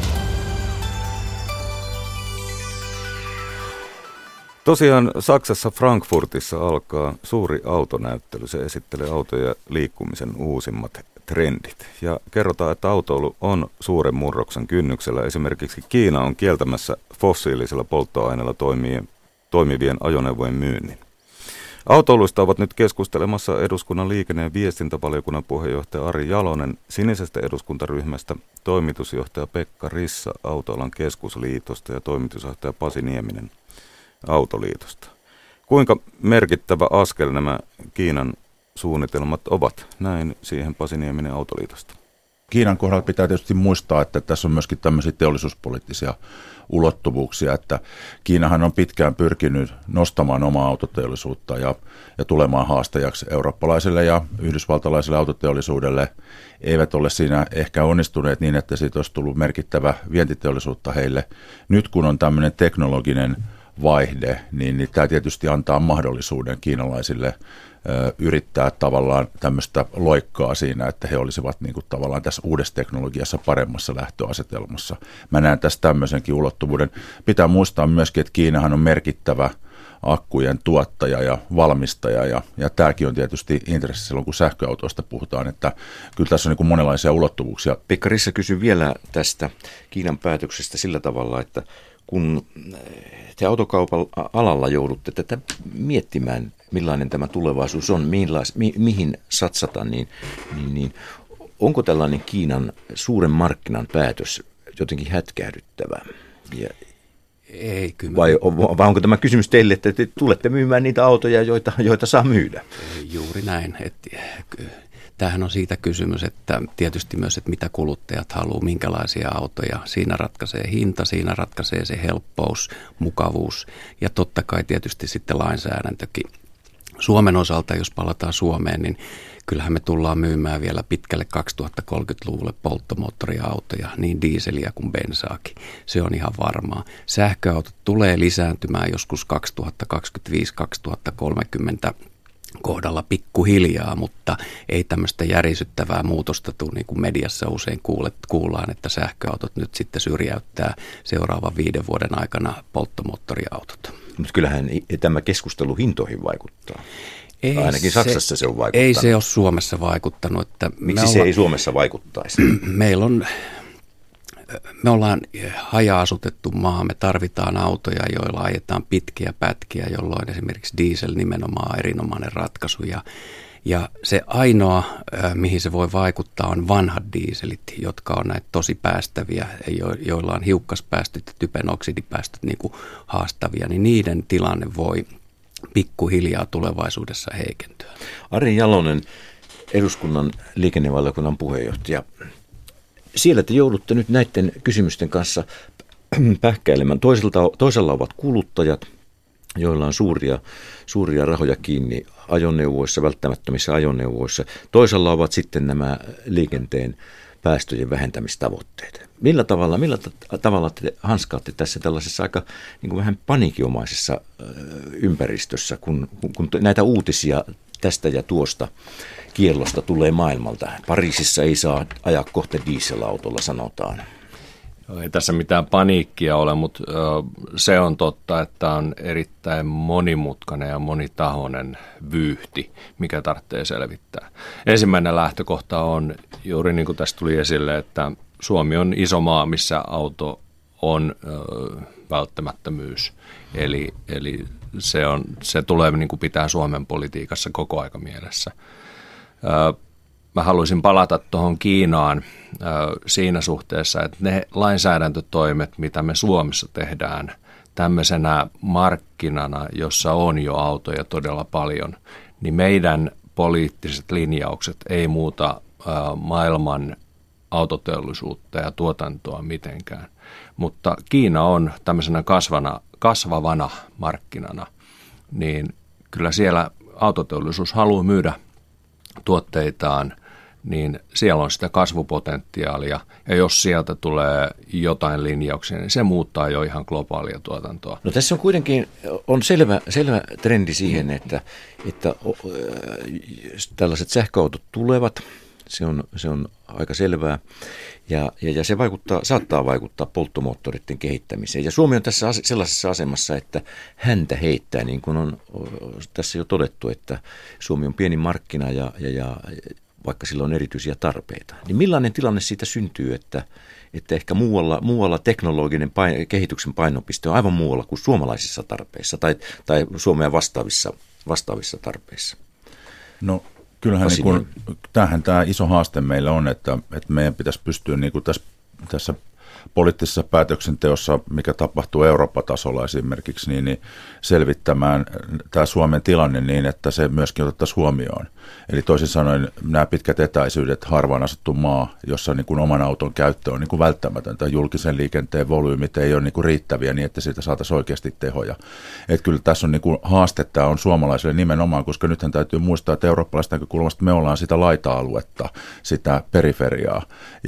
Tosiaan Saksassa Frankfurtissa alkaa suuri autonäyttely. Se esittelee autoja liikkumisen uusimmat trendit. Ja kerrotaan, että autoilu on suuren murroksen kynnyksellä. Esimerkiksi Kiina on kieltämässä fossiilisilla polttoaineilla toimivien ajoneuvojen myynnin. Autoiluista ovat nyt keskustelemassa eduskunnan liikenne- ja viestintävaliokunnan puheenjohtaja Ari Jalonen Sinisestä eduskuntaryhmästä, toimitusjohtaja Pekka Rissa Autoalan keskusliitosta ja toimitusjohtaja Pasi Nieminen Autoliitosta. Kuinka merkittävä askel nämä Kiinan suunnitelmat ovat? Näin siihen Pasi Nieminen Autoliitosta. Kiinan kohdalla pitää tietysti muistaa, että tässä on myöskin tämmöisiä teollisuuspoliittisia ulottuvuuksia, että Kiinahan on pitkään pyrkinyt nostamaan omaa autoteollisuutta ja tulemaan haastajaksi eurooppalaiselle ja yhdysvaltalaiselle autoteollisuudelle. Eivät ole siinä ehkä onnistuneet niin, että siitä olisi tullut merkittävä vientiteollisuutta heille. Nyt kun on tämmöinen teknologinen vaihde, niin tämä tietysti antaa mahdollisuuden kiinalaisille yrittää tavallaan tämmöistä loikkaa siinä, että he olisivat niin kuin tavallaan tässä uudessa teknologiassa paremmassa lähtöasetelmassa. Mä näen tässä tämmöisenkin ulottuvuuden. Pitää muistaa myöskin, että Kiinahan on merkittävä akkujen tuottaja ja valmistaja, ja tämäkin on tietysti intressi silloin, kun sähköautoista puhutaan, että kyllä tässä on niin kuin monenlaisia ulottuvuuksia. Pekka Rissa kysyi vielä tästä Kiinan päätöksestä sillä tavalla, että kun te autokaupan alalla joudutte tätä miettimään, millainen tämä tulevaisuus on, mihin satsata, niin onko tällainen Kiinan suuren markkinan päätös jotenkin hätkähdyttävä? Ei, kyllä. Vai onko tämä kysymys teille, että te tulette myymään niitä autoja, joita saa myydä? Juuri näin. Tämähän on siitä kysymys, että tietysti myös, että mitä kuluttajat haluaa, minkälaisia autoja. Siinä ratkaisee hinta, siinä ratkaisee se helppous, mukavuus ja totta kai tietysti sitten lainsäädäntökin. Suomen osalta, jos palataan Suomeen, niin kyllähän me tullaan myymään vielä pitkälle 2030-luvulle polttomoottoriautoja, niin diiseliä kuin bensaakin. Se on ihan varmaa. Sähköautot tulee lisääntymään joskus 2025-2030 kohdalla pikkuhiljaa, mutta ei tämmöistä järisyttävää muutosta tule, niin kuin mediassa usein kuullaan, että sähköautot nyt sitten syrjäyttää seuraavan 5 vuoden aikana polttomoottoriautot. Mutta kyllähän tämä keskustelu hintoihin vaikuttaa. Ainakin Saksassa se on vaikuttanut. Ei se ole Suomessa vaikuttanut. Miksi se ei Suomessa vaikuttaisi? Me ollaan haja-asutettu maa, me tarvitaan autoja, joilla ajetaan pitkiä pätkiä, jolloin esimerkiksi diesel nimenomaan on erinomainen ratkaisu. Ja se ainoa, mihin se voi vaikuttaa, on vanhat dieselit, jotka on näitä tosi päästäviä, joilla on hiukkaspäästöt ja typen oksidipäästöt niin kuin haastavia, niin niiden tilanne voi pikkuhiljaa tulevaisuudessa heikentyä. Ari Jalonen, eduskunnan liikennevaliokunnan puheenjohtaja. Siellä te joudutte nyt näiden kysymysten kanssa pähkäilemään. Toisella ovat kuluttajat, joilla on suuria rahoja kiinni ajoneuvoissa, välttämättömissä ajoneuvoissa. Toisella ovat sitten nämä liikenteen päästöjen vähentämistavoitteet. Millä tavalla te hanskaatte tässä tällaisessa aika niin kuin vähän paniikinomaisessa ympäristössä, kun näitä uutisia tästä ja tuosta kiellosta tulee maailmalta? Pariisissa ei saa ajaa kohta dieselautolla, sanotaan. Ei tässä mitään paniikkia ole, mutta se on totta, että on erittäin monimutkainen ja monitahoinen vyyhti, mikä tarvitsee selvittää. Ensimmäinen lähtökohta on juuri niin kuin tästä tuli esille, että Suomi on iso maa, missä auto on välttämättömyys. Eli se tulee niin kuin pitää Suomen politiikassa koko aika mielessä. Mä haluaisin palata tuohon Kiinaan siinä suhteessa, että ne lainsäädäntötoimet, mitä me Suomessa tehdään tämmöisenä markkinana, jossa on jo autoja todella paljon, niin meidän poliittiset linjaukset ei muuta maailman autoteollisuutta ja tuotantoa mitenkään. Mutta Kiina on tämmöisenä kasvavana markkinana, niin kyllä siellä autoteollisuus haluaa myydä tuotteitaan niin siellä on sitä kasvupotentiaalia. Ja jos sieltä tulee jotain linjauksia, niin se muuttaa jo ihan globaalia tuotantoa. No tässä on kuitenkin selvä trendi siihen, että tällaiset sähköautot tulevat. Se on aika selvää ja se saattaa vaikuttaa polttomoottoreiden kehittämiseen. Ja Suomi on tässä sellaisessa asemassa, että häntä heittää, niin kuin on tässä jo todettu, että Suomi on pieni markkina ja vaikka sillä on erityisiä tarpeita. Niin millainen tilanne siitä syntyy, että ehkä muualla teknologinen kehityksen painopiste on aivan muualla kuin suomalaisissa tarpeissa tai Suomea vastaavissa tarpeissa? No kyllähän tämähän tämä iso haaste meillä on, että meidän pitäisi pystyä niin kuin tässä poliittisessa päätöksenteossa, mikä tapahtuu Eurooppa-tasolla esimerkiksi, niin selvittämään tämä Suomen tilanne niin, että se myöskin otettaisiin huomioon. Eli toisin sanoen nämä pitkät etäisyydet, harvaan asuttu maa, jossa niin kuin oman auton käyttö on niin kuin välttämätöntä. Julkisen liikenteen volyymit ei ole niin kuin riittäviä niin, että siitä saataisiin oikeasti tehoja. Että kyllä tässä on niin kuin haaste, tämä on suomalaisille nimenomaan, koska nythän täytyy muistaa, että eurooppalaisesta näkökulmasta me ollaan sitä laita-aluetta, sitä periferiaa.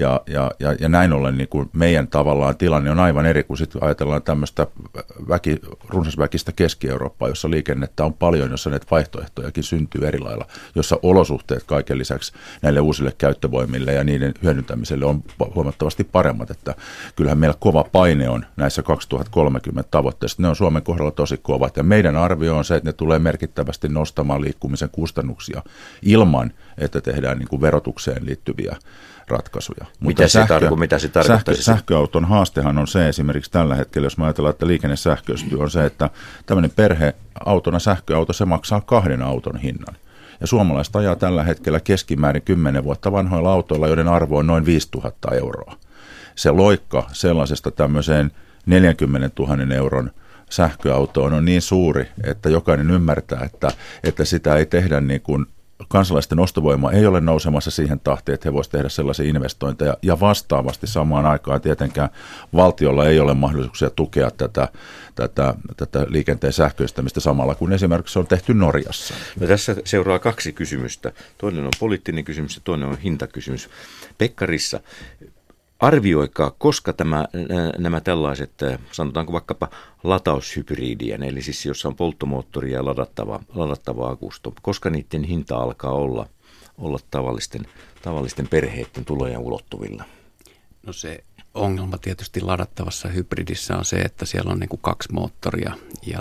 Ja näin ollen niin kuin meidän tavallaan tilanne on aivan eri, kun sitten ajatellaan tämmöistä runsasväkistä Keski-Eurooppaa, jossa liikennettä on paljon, jossa näitä vaihtoehtojakin syntyy eri lailla, jossa olosuhteet kaiken lisäksi näille uusille käyttövoimille ja niiden hyödyntämiselle on huomattavasti paremmat, että kyllähän meillä kova paine on näissä 2030 tavoitteissa. Ne on Suomen kohdalla tosi kovat ja meidän arvio on se, että ne tulee merkittävästi nostamaan liikkumisen kustannuksia ilman, että tehdään niin kuin verotukseen liittyviä ratkaisuja. Mitä se tarkoittaisi? Sähköauton haastehan on se esimerkiksi tällä hetkellä, jos me ajatellaan, että liikenne sähköistyy, on se, että tämmöinen perheautona sähköauto, se maksaa 2 auton hinnan. Ja suomalaiset ajaa tällä hetkellä keskimäärin 10 vuotta vanhoilla autoilla, joiden arvo on noin 5 000 euroa. Se loikka sellaisesta tämmöiseen 40 000 euron sähköautoon on niin suuri, että jokainen ymmärtää, että sitä ei tehdä niin kuin kansalaisten ostovoima ei ole nousemassa siihen tahtiin, että he voisivat tehdä sellaisia investointeja. Ja vastaavasti samaan aikaan tietenkään valtiolla ei ole mahdollisuuksia tukea tätä liikenteen sähköistämistä samalla kuin esimerkiksi on tehty Norjassa. No tässä seuraa 2 kysymystä. Toinen on poliittinen kysymys ja toinen on hintakysymys. Pekkarissa, arvioikaa, koska nämä tällaiset, sanotaanko vaikkapa lataushybridien, eli siis jossa on polttomoottori ja ladattava akusto, koska niiden hinta alkaa olla tavallisten perheiden tulojen ulottuvilla? No se ongelma tietysti ladattavassa hybridissä on se, että siellä on niin kuin 2 moottoria ja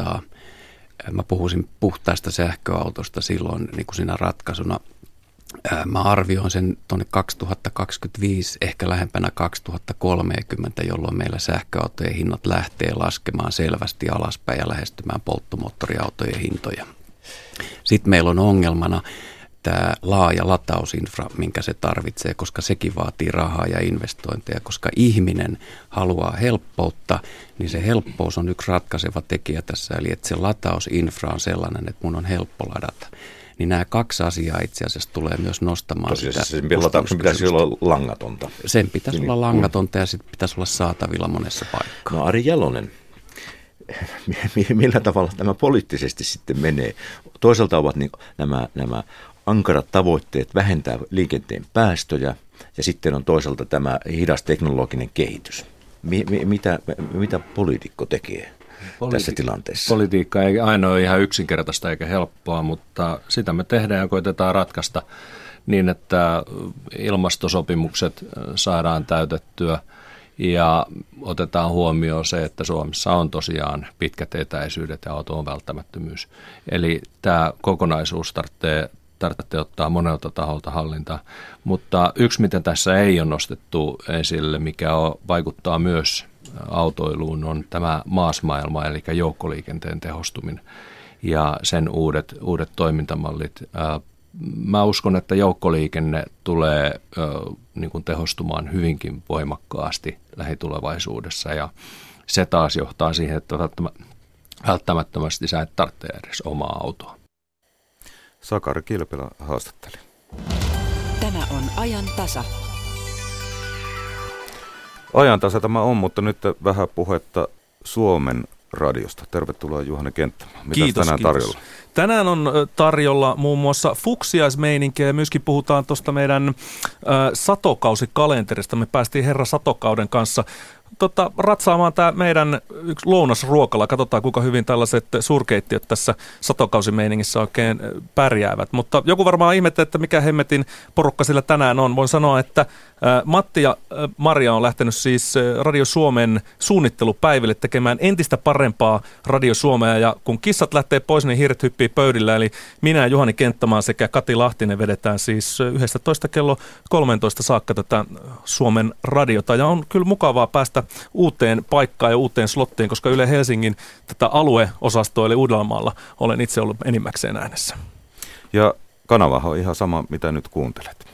mä puhuisin puhtaasta sähköautosta silloin niin kuin siinä ratkaisuna. Mä arvioin sen tuonne 2025, ehkä lähempänä 2030, jolloin meillä sähköautojen hinnat lähtee laskemaan selvästi alaspäin ja lähestymään polttomoottoriautojen hintoja. Sitten meillä on ongelmana tämä laaja latausinfra, minkä se tarvitsee, koska sekin vaatii rahaa ja investointeja, koska ihminen haluaa helppoutta, niin se helppous on yksi ratkaiseva tekijä tässä, eli että se latausinfra on sellainen, että mun on helppo ladata. Niin nämä 2 asiaa itse asiassa tulee myös nostamaan sitä. Sen latauksen pitäisi olla langatonta. Sen pitäisi olla langatonta ja sitten pitäisi olla saatavilla monessa paikkaa. No Ari Jalonen, millä tavalla tämä poliittisesti sitten menee? Toisaalta ovat niin nämä ankarat tavoitteet vähentää liikenteen päästöjä ja sitten on toisaalta tämä hidas teknologinen kehitys. Mitä poliitikko tekee tässä tilanteessa? Politiikka ei aina ole ihan yksinkertaista eikä helppoa, mutta sitä me tehdään ja koitetaan ratkaista niin, että ilmastosopimukset saadaan täytettyä ja otetaan huomioon se, että Suomessa on tosiaan pitkät etäisyydet ja auto on välttämättömyys. Eli tämä kokonaisuus tarvitsee ottaa monelta taholta hallintaan. Mutta yksi, mitä tässä ei ole nostettu esille, mikä vaikuttaa myös autoiluun, on tämä maasmaailma, eli joukkoliikenteen tehostuminen ja sen uudet toimintamallit. Mä uskon, että joukkoliikenne tulee niin kuin tehostumaan hyvinkin voimakkaasti lähitulevaisuudessa ja se taas johtaa siihen, että välttämättömästi sä et tarvitse edes omaa autoa. Sakari Kilpilä haastatteli. Tämä on ajan tasa. Ajan tasa tämä on, mutta nyt vähän puhetta Suomen radiosta. Tervetuloa Juhani Kenttämaa. Mitä Kiitos, tänään tarjolla? Tänään on tarjolla muun muassa fuksiaismeininkiä ja myöskin puhutaan tuosta meidän satokausikalenterista. Me päästiin herra Satokauden kanssa ratsaamaan tämä meidän yksi lounasruokala. Katsotaan, kuinka hyvin tällaiset suurkeittiöt tässä satokausimeiningissä oikein pärjäävät. Mutta joku varmaan ihmettä, että mikä hemmetin porukka sillä tänään on. Voin sanoa, että Matti ja Maria on lähtenyt siis Radio Suomen suunnittelupäiville tekemään entistä parempaa Radio Suomea. Ja kun kissat lähtee pois, niin hiiret hyppii pöydillä. Eli minä ja Juhani Kenttämaa sekä Kati Lahtinen vedetään siis 11 kello 13 saakka tätä Suomen radiota. Ja on kyllä mukavaa päästä uuteen paikkaan ja uuteen slottiin, koska Yle Helsingin tätä alueosastoa eli Uudellamaalla olen itse ollut enimmäkseen äänessä. Ja kanavahan on ihan sama, mitä nyt kuuntelet.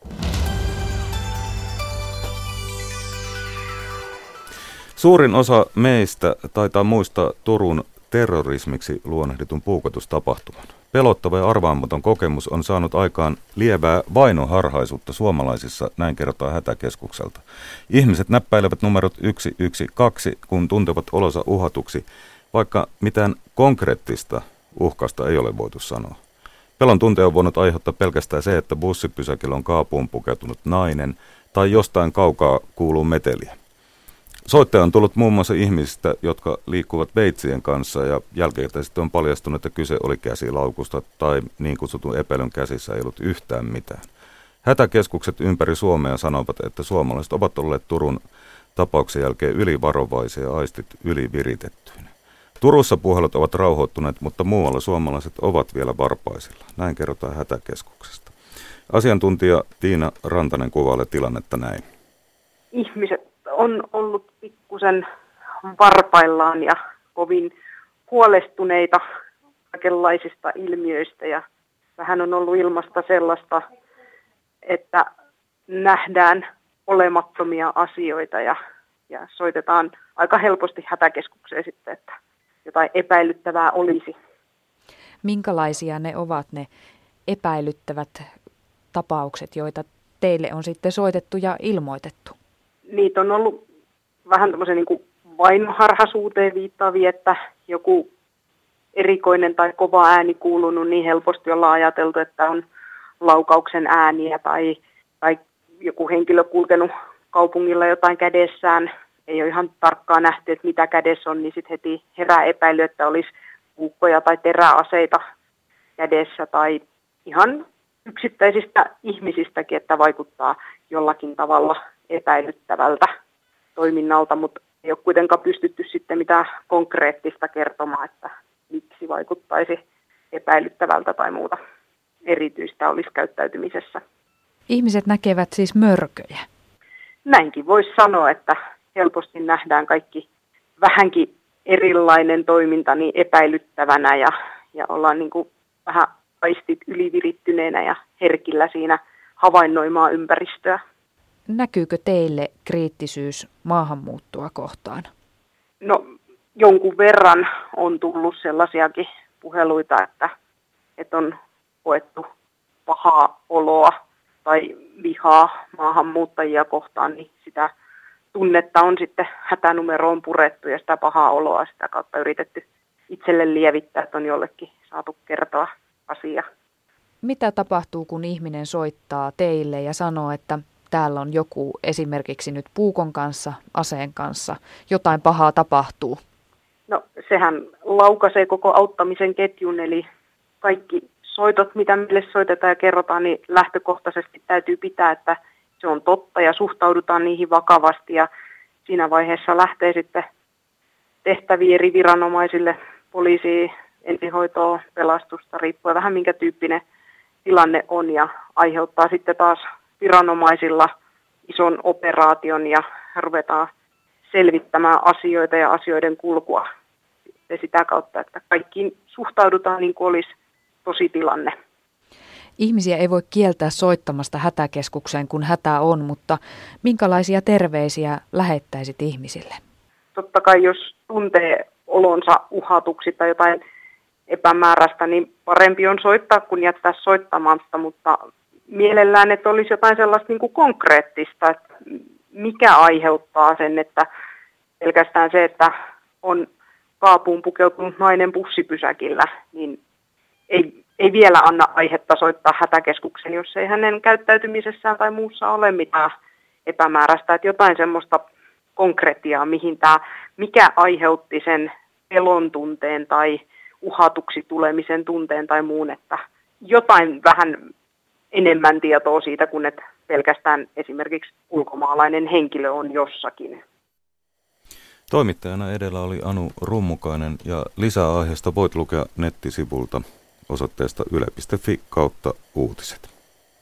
Suurin osa meistä taitaa muistaa Turun terrorismiksi luonnehditun puukotustapahtuman. Pelottava ja arvaamaton kokemus on saanut aikaan lievää vainoharhaisuutta suomalaisissa, näin kerrotaan Hätäkeskukselta. Ihmiset näppäilevät numerot 112, kun tuntevat olonsa uhatuksi, vaikka mitään konkreettista uhkasta ei ole voitu sanoa. Pelon tunte on voinut aiheuttaa pelkästään se, että bussipysäkillä on kaapuun pukeutunut nainen tai jostain kaukaa kuuluu meteliä. Soittaja on tullut muun muassa ihmisistä, jotka liikkuvat veitsien kanssa ja jälkikäteen on paljastunut, että kyse oli käsilaukusta tai niin kutsutun epäilyn käsissä ei ollut yhtään mitään. Hätäkeskukset ympäri Suomea sanovat, että suomalaiset ovat olleet Turun tapauksen jälkeen ylivarovaisia ja aistit yliviritettyinä. Turussa puhelut ovat rauhoittuneet, mutta muualla suomalaiset ovat vielä varpaisilla. Näin kerrotaan Hätäkeskuksesta. Asiantuntija Tiina Rantanen kuvailee tilannetta näin. Ihmiset on ollut pikkusen varpaillaan ja kovin huolestuneita kaikenlaisista ilmiöistä ja vähän on ollut ilmasta sellaista, että nähdään olemattomia asioita ja soitetaan aika helposti hätäkeskukseen sitten, että jotain epäilyttävää olisi. Minkälaisia ne ovat ne epäilyttävät tapaukset, joita teille on sitten soitettu ja ilmoitettu? Niitä on ollut vähän tämmöisen niin kuin vainoharhaisuuteen viittaavia, että joku erikoinen tai kova ääni kuulunut niin helposti ollaan ajateltu, että on laukauksen ääniä tai joku henkilö kulkenut kaupungilla jotain kädessään. Ei ole ihan tarkkaan nähty, että mitä kädessä on, niin sitten heti herää epäily, että olisi puukkoja tai teräaseita kädessä tai ihan yksittäisistä ihmisistäkin, että vaikuttaa jollakin tavalla epäilyttävältä toiminnalta, mutta ei ole kuitenkaan pystytty sitten mitään konkreettista kertomaan, että miksi vaikuttaisi epäilyttävältä tai muuta erityistä olisi käyttäytymisessä. Ihmiset näkevät siis mörköjä. Näinkin voisi sanoa, että helposti nähdään kaikki vähänkin erilainen toiminta niin epäilyttävänä ja ollaan niin kuin vähän aistit ylivirittyneenä ja herkillä siinä havainnoimaan ympäristöä. Näkyykö teille kriittisyys maahanmuuttoa kohtaan? No jonkun verran on tullut sellaisiakin puheluita, että on koettu pahaa oloa tai vihaa maahanmuuttajia kohtaan, niin sitä tunnetta on sitten hätänumeroon purettu ja sitä pahaa oloa sitä kautta yritetty itselle lievittää, että on jollekin saatu kertoa asia. Mitä tapahtuu, kun ihminen soittaa teille ja sanoo, että täällä on joku esimerkiksi nyt puukon kanssa, aseen kanssa, jotain pahaa tapahtuu? No sehän laukaisee koko auttamisen ketjun, eli kaikki soitot, mitä meille soitetaan ja kerrotaan, niin lähtökohtaisesti täytyy pitää, että se on totta ja suhtaudutaan niihin vakavasti ja siinä vaiheessa lähtee sitten tehtäviä eri viranomaisille, poliisiin, ensihoitoa, pelastusta, riippuen vähän minkä tyyppinen tilanne on ja aiheuttaa sitten taas viranomaisilla ison operaation ja ruvetaan selvittämään asioita ja asioiden kulkua ja sitä kautta, että kaikkiin suhtaudutaan niin kuin olisi tosi tilanne. Ihmisiä ei voi kieltää soittamasta hätäkeskukseen, kun hätä on, mutta minkälaisia terveisiä lähettäisit ihmisille? Totta kai jos tuntee olonsa uhatuksi tai jotain epämääräistä, niin parempi on soittaa kuin jättää soittamatta, mutta mielellään, että olisi jotain sellaista niin kuin konkreettista, että mikä aiheuttaa sen, että pelkästään se, että on kaapuun pukeutunut nainen bussipysäkillä, niin ei vielä anna aihetta soittaa hätäkeskuksen, jos ei hänen käyttäytymisessään tai muussa ole mitään epämääräistä. Että jotain semmoista konkretiaa, mikä aiheutti sen pelon tunteen tai uhatuksi tulemisen tunteen tai muun, että jotain vähän enemmän tietoa siitä, kuin että pelkästään esimerkiksi ulkomaalainen henkilö on jossakin. Toimittajana edellä oli Anu Rummukainen ja lisää aiheesta voit lukea nettisivulta osoitteesta yle.fi/uutiset.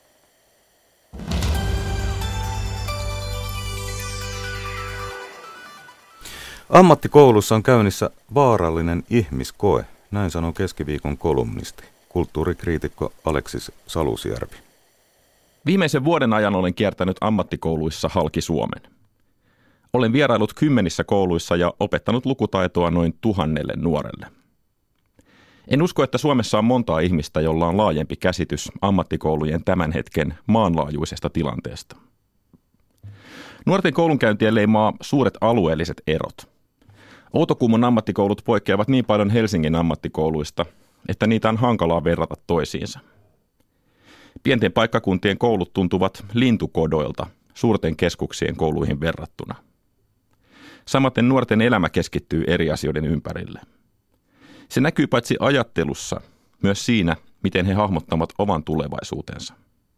Ammattikoulussa on käynnissä vaarallinen ihmiskoe, näin sanoo keskiviikon kolumnisti, kulttuurikriitikko Aleksis Salusjärvi. Viimeisen vuoden ajan olen kiertänyt ammattikouluissa halki Suomen. Olen vierailut 10 kouluissa ja opettanut lukutaitoa noin 1000 nuorelle. En usko, että Suomessa on montaa ihmistä, jolla on laajempi käsitys ammattikoulujen tämän hetken maanlaajuisesta tilanteesta. Nuorten koulunkäyntiä leimaa suuret alueelliset erot. Outokummon ammattikoulut poikkeavat niin paljon Helsingin ammattikouluista, että niitä on hankalaa verrata toisiinsa. Pienten paikkakuntien koulut tuntuvat lintukodoilta suurten keskuksien kouluihin verrattuna. Samaten nuorten elämä keskittyy eri asioiden ympärille. Se näkyy paitsi ajattelussa, myös siinä, miten he hahmottavat oman tulevaisuutensa.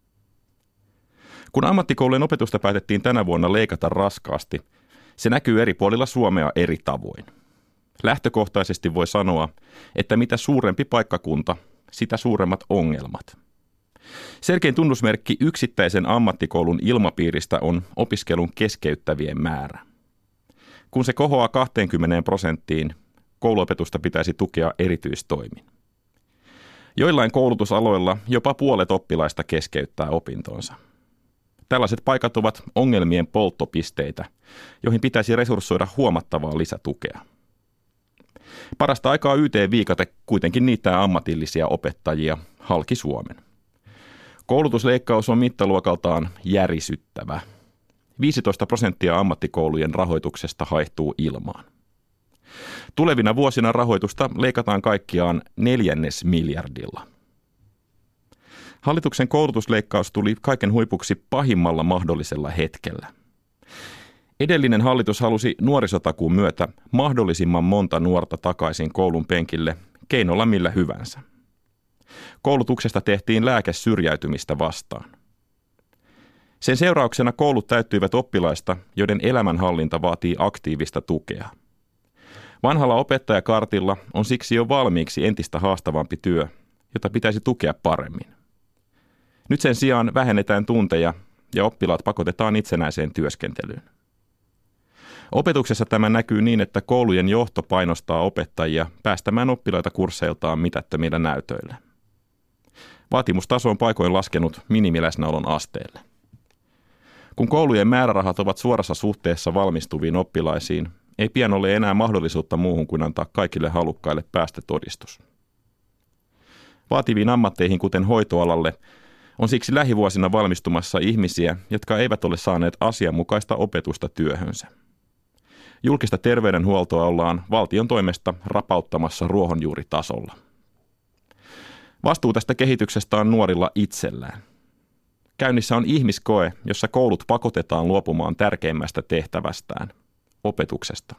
Kun ammattikoulujen opetusta päätettiin tänä vuonna leikata raskaasti, se näkyy eri puolilla Suomea eri tavoin. Lähtökohtaisesti voi sanoa, että mitä suurempi paikkakunta, sitä suuremmat ongelmat. Selkein tunnusmerkki yksittäisen ammattikoulun ilmapiiristä on opiskelun keskeyttävien määrä. Kun se kohoaa 20%, kouluopetusta pitäisi tukea erityistoimin. Joillain koulutusaloilla jopa puolet oppilaista keskeyttää opintonsa. Tällaiset paikat ovat ongelmien polttopisteitä, joihin pitäisi resurssoida huomattavaa lisätukea. Parasta aikaa YT-viikate kuitenkin niittää ammatillisia opettajia halki Suomen. Koulutusleikkaus on mittaluokaltaan järisyttävä. 15% ammattikoulujen rahoituksesta haihtuu ilmaan. Tulevina vuosina rahoitusta leikataan kaikkiaan 4 miljardilla. Hallituksen koulutusleikkaus tuli kaiken huipuksi pahimmalla mahdollisella hetkellä. Edellinen hallitus halusi nuorisotakuun myötä mahdollisimman monta nuorta takaisin koulun penkille keinolla millä hyvänsä. Koulutuksesta tehtiin lääke syrjäytymistä vastaan. Sen seurauksena koulut täyttyivät oppilaista, joiden elämänhallinta vaatii aktiivista tukea. Vanhalla opettajakartilla on siksi jo valmiiksi entistä haastavampi työ, jota pitäisi tukea paremmin. Nyt sen sijaan vähennetään tunteja ja oppilaat pakotetaan itsenäiseen työskentelyyn. Opetuksessa tämä näkyy niin, että koulujen johto painostaa opettajia päästämään oppilaita kursseiltaan mitättömillä näytöillä. Vaatimustaso on paikoin laskenut minimiläsnäolon asteelle. Kun koulujen määrärahat ovat suorassa suhteessa valmistuviin oppilaisiin, ei pian ole enää mahdollisuutta muuhun kuin antaa kaikille halukkaille päästötodistus. Vaativiin ammatteihin, kuten hoitoalalle, on siksi lähivuosina valmistumassa ihmisiä, jotka eivät ole saaneet asianmukaista opetusta työhönsä. Julkista terveydenhuoltoa ollaan valtion toimesta rapauttamassa ruohonjuuritasolla. Vastuu tästä kehityksestä on nuorilla itsellään. Käynnissä on ihmiskoe, jossa koulut pakotetaan luopumaan tärkeimmästä tehtävästään, opetuksesta.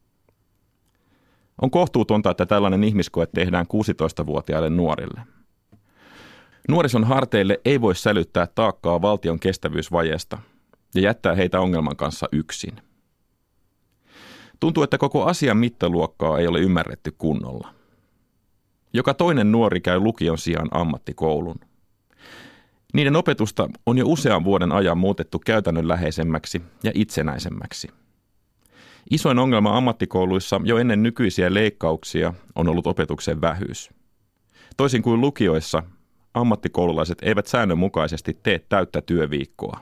On kohtuutonta, että tällainen ihmiskoe tehdään 16-vuotiaille nuorille. Nuorison harteille ei voi sälyttää taakkaa valtion kestävyysvajeesta ja jättää heitä ongelman kanssa yksin. Tuntuu, että koko asian mittaluokkaa ei ole ymmärretty kunnolla. Joka toinen nuori käy lukion sijaan ammattikoulun. Niiden opetusta on jo usean vuoden ajan muutettu käytännönläheisemmäksi ja itsenäisemmäksi. Isoin ongelma ammattikouluissa jo ennen nykyisiä leikkauksia on ollut opetuksen vähyys. Toisin kuin lukioissa, ammattikoululaiset eivät säännönmukaisesti tee täyttä työviikkoa.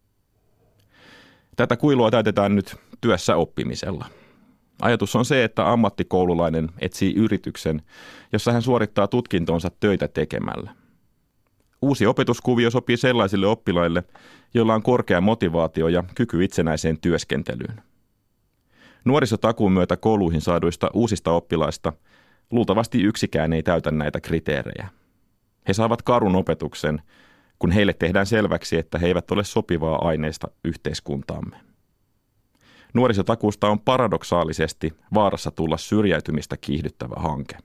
Tätä kuilua täytetään nyt työssä oppimisella. Ajatus on se, että ammattikoululainen etsii yrityksen, jossa hän suorittaa tutkintonsa töitä tekemällä. Uusi opetuskuvio sopii sellaisille oppilaille, joilla on korkea motivaatio ja kyky itsenäiseen työskentelyyn. Nuorisotakuun myötä kouluihin saaduista uusista oppilaista luultavasti yksikään ei täytä näitä kriteerejä. He saavat karun opetuksen, kun heille tehdään selväksi, että he eivät ole sopivaa aineista yhteiskuntaamme. Nuorisotakuusta on paradoksaalisesti vaarassa tulla syrjäytymistä kiihdyttävä hanke.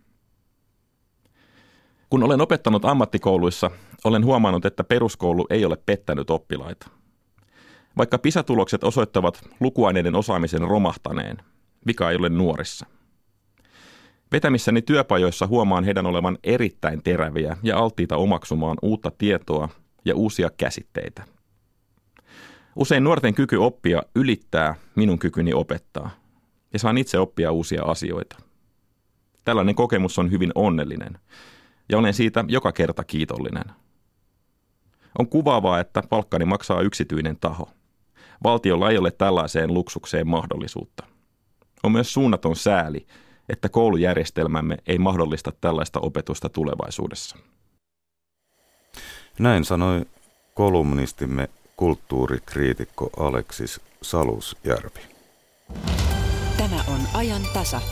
Kun olen opettanut ammattikouluissa, olen huomannut, että peruskoulu ei ole pettänyt oppilaita. Vaikka PISA-tulokset osoittavat lukuaineiden osaamisen romahtaneen, vika ei ole nuorissa. Vetämissäni työpajoissa huomaan heidän olevan erittäin teräviä ja alttiita omaksumaan uutta tietoa ja uusia käsitteitä. Usein nuorten kyky oppia ylittää minun kykyni opettaa ja saan itse oppia uusia asioita. Tällainen kokemus on hyvin onnellinen ja olen siitä joka kerta kiitollinen. On kuvaavaa, että palkkani maksaa yksityinen taho. Valtiolla ei ole tällaiseen luksukseen mahdollisuutta. On myös suunnaton sääli, että koulujärjestelmämme ei mahdollista tällaista opetusta tulevaisuudessa. Näin sanoi kolumnistimme kulttuurikriitikko Aleksis Salusjärvi. Tämä on ajan tasa.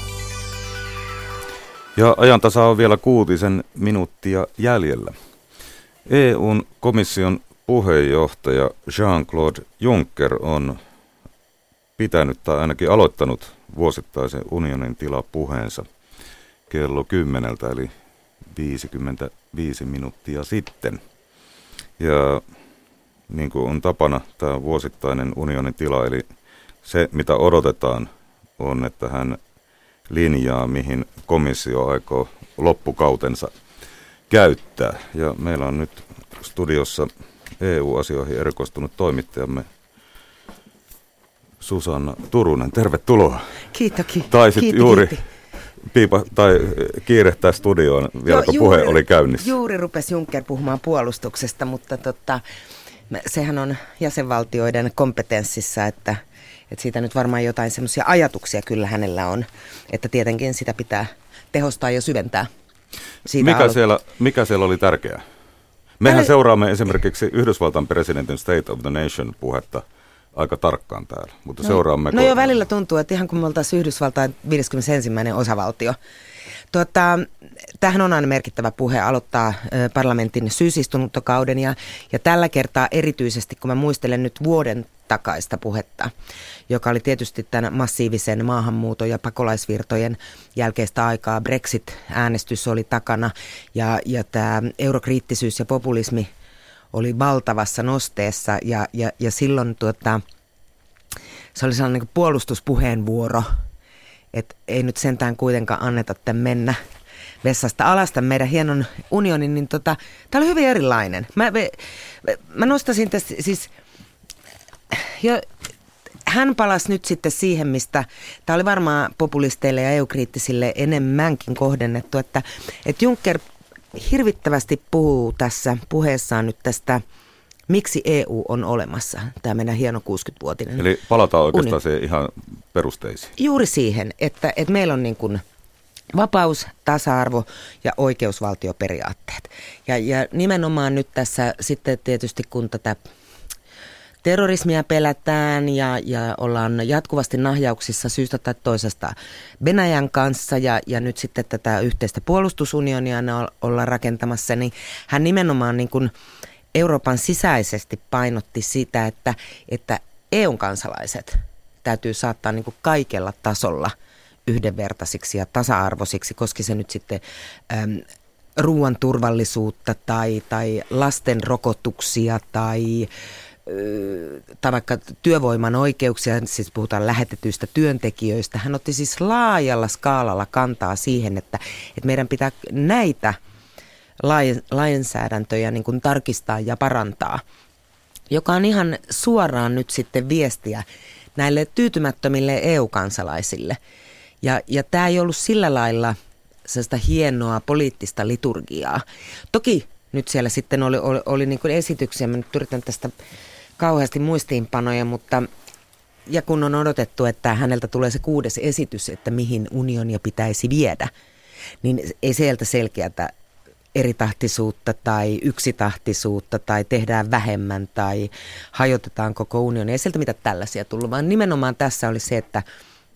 Ja ajan tasa on vielä 6 minuuttia jäljellä. EUn komission puheenjohtaja Jean-Claude Juncker on pitänyt tai ainakin aloittanut vuosittaisen unionin tilapuheensa kello 10 eli 55 minuuttia sitten. Ja niin kuin on tapana, tämä vuosittainen unionin tila, eli se mitä odotetaan on, että hän linjaa, mihin komissio aikoo loppukautensa käyttää. Ja meillä on nyt studiossa EU-asioihin erikoistunut toimittajamme Susanna Turunen. Tervetuloa. Kiitos. Taisit juuri kiirehtää studioon vielä, kun puhe oli käynnissä. Juuri rupesi Juncker puhumaan puolustuksesta, mutta sehän on jäsenvaltioiden kompetenssissa, että siitä nyt varmaan jotain semmoisia ajatuksia kyllä hänellä on, että tietenkin sitä pitää tehostaa ja syventää. Mikä siellä oli tärkeää? Mehän seuraamme esimerkiksi Yhdysvaltain presidentin State of the Nation -puhetta aika tarkkaan täällä, mutta seuraammeko? No jo välillä tuntuu, että ihan kun me oltaisiin Yhdysvaltain 51. osavaltio. Tämähän on aina merkittävä puhe aloittaa parlamentin syysistuntokauden ja tällä kertaa erityisesti, kun mä muistelen nyt vuoden takaista puhetta, joka oli tietysti tämän massiivisen maahanmuuton ja pakolaisvirtojen jälkeistä aikaa. Brexit-äänestys oli takana ja tämä eurokriittisyys ja populismi oli valtavassa nosteessa ja silloin se oli sellainen niin puolustuspuheenvuoro, että ei nyt sentään kuitenkaan anneta tämän mennä vessasta alasta meidän hienon unionin, niin tämä oli hyvin erilainen. Mä nostasin tästä siis, hän palasi nyt sitten siihen, mistä tämä oli varmaan populisteille ja EU-kriittisille enemmänkin kohdennettu, että Juncker hirvittävästi puhuu tässä puheessaan nyt tästä, miksi EU on olemassa, tämä meidän hieno 60-vuotinen. Eli palataan oikeastaan siihen ihan perusteisiin. Juuri siihen, että meillä on niin kuin vapaus, tasa-arvo ja oikeusvaltioperiaatteet. Ja nimenomaan nyt tässä sitten tietysti kun tätä terrorismia pelätään ja ollaan jatkuvasti nahjauksissa syystä tai toisesta Venäjän kanssa ja nyt sitten tätä yhteistä puolustusunionia ollaan rakentamassa, niin hän nimenomaan niin kuin Euroopan sisäisesti painotti sitä, että EUn kansalaiset täytyy saattaa niin kuin kaikella tasolla yhdenvertaisiksi ja tasa-arvoisiksi, koski se nyt sitten ruoan turvallisuutta tai lasten rokotuksia tai vaikka työvoiman oikeuksia, siis puhutaan lähetetyistä työntekijöistä. Hän otti siis laajalla skaalalla kantaa siihen, että meidän pitää näitä lainsäädäntöjä niin kuin tarkistaa ja parantaa, joka on ihan suoraan nyt sitten viestiä näille tyytymättömille EU-kansalaisille. Ja tämä ei ollut sillä lailla sellaista hienoa poliittista liturgiaa. Toki nyt siellä sitten oli niin kuin esityksiä, mä nyt yritän tästä kauheasti muistiinpanoja, mutta ja kun on odotettu, että häneltä tulee se 6. esitys, että mihin unionia pitäisi viedä, niin ei sieltä selkeätä eritahtisuutta tai yksitahtisuutta tai tehdään vähemmän tai hajotetaan koko unioni. Ei sieltä mitään tällaisia tullut, vaan nimenomaan tässä oli se, että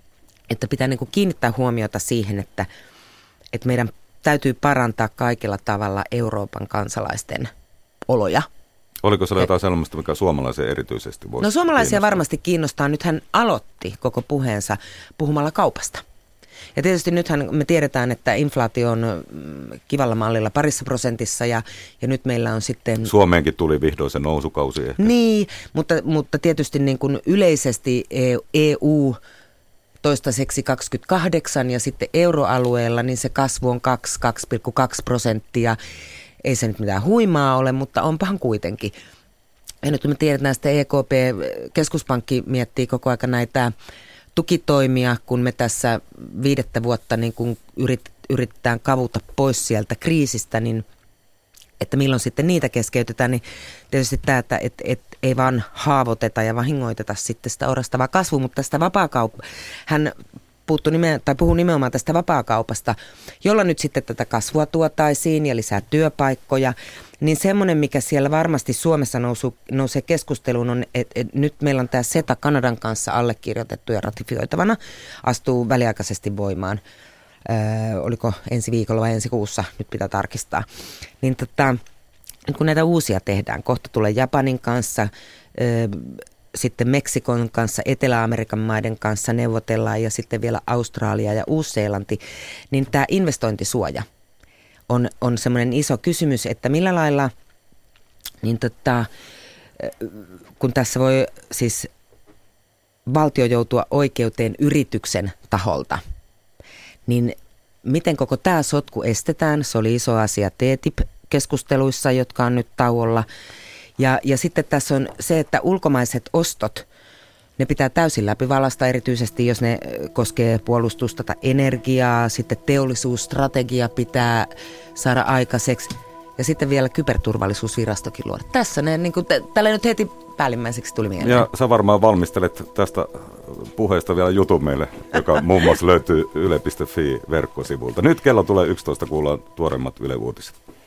että pitää niin kuin kiinnittää huomiota siihen, että meidän täytyy parantaa kaikilla tavalla Euroopan kansalaisten oloja. Oliko se jotain sellaista, mikä suomalaisia erityisesti voisi suomalaisia kiinnostaa? varmasti kiinnostaa. Nyt hän aloitti koko puheensa puhumalla kaupasta. Ja tietysti nythän me tiedetään, että inflaatio on kivalla mallilla 2% ja nyt meillä on sitten... Suomeenkin tuli vihdoin se nousukausi ehkä. Niin, mutta tietysti niin kuin yleisesti EU toistaiseksi 28 ja sitten euroalueella, niin se kasvu on 2,2%. Ei se nyt mitään huimaa ole, mutta onpahan kuitenkin. Ja nyt me tiedetään, että EKP-keskuspankki miettii koko ajan näitä tukitoimia, kun me tässä 5 vuotta niin kun yritetään kavuta pois sieltä kriisistä, niin että milloin sitten niitä keskeytetään, niin tietysti tämä, että ei vaan haavoiteta ja vahingoiteta sitten sitä orastavaa kasvua, mutta tästä hän puhuu nimenomaan tästä vapaakaupasta, jolla nyt sitten tätä kasvua tuotaisiin ja lisää työpaikkoja, niin semmoinen, mikä siellä varmasti Suomessa nousee keskusteluun on, että nyt meillä on tämä CETA Kanadan kanssa allekirjoitettu ja ratifioitavana, astuu väliaikaisesti voimaan. Oliko ensi viikolla vai ensi kuussa, nyt pitää tarkistaa. Niin nyt kun näitä uusia tehdään, kohta tulee Japanin kanssa, sitten Meksikon kanssa, Etelä-Amerikan maiden kanssa neuvotellaan ja sitten vielä Australia ja Uusi-Seelanti, niin tämä investointisuoja on semmoinen iso kysymys, että millä lailla, niin kun tässä voi siis valtio joutua oikeuteen yrityksen taholta, niin miten koko tämä sotku estetään? Se oli iso asia TTIP-keskusteluissa, jotka on nyt tauolla. Ja sitten tässä on se, että ulkomaiset ostot, ne pitää täysin läpivalaista, erityisesti jos ne koskee puolustusta tai energiaa. Sitten teollisuusstrategia pitää saada aikaiseksi. Ja sitten vielä kyberturvallisuusvirastokin luoda. Tässä ne, niin kuin tällä nyt heti päällimmäiseksi tuli mieleen. Ja sä varmaan valmistelet tästä puheesta vielä jutun meille, joka muun muassa löytyy yle.fi-verkkosivulta. Nyt kello tulee 11, kuullaan tuoreimmat Yle Uutiset.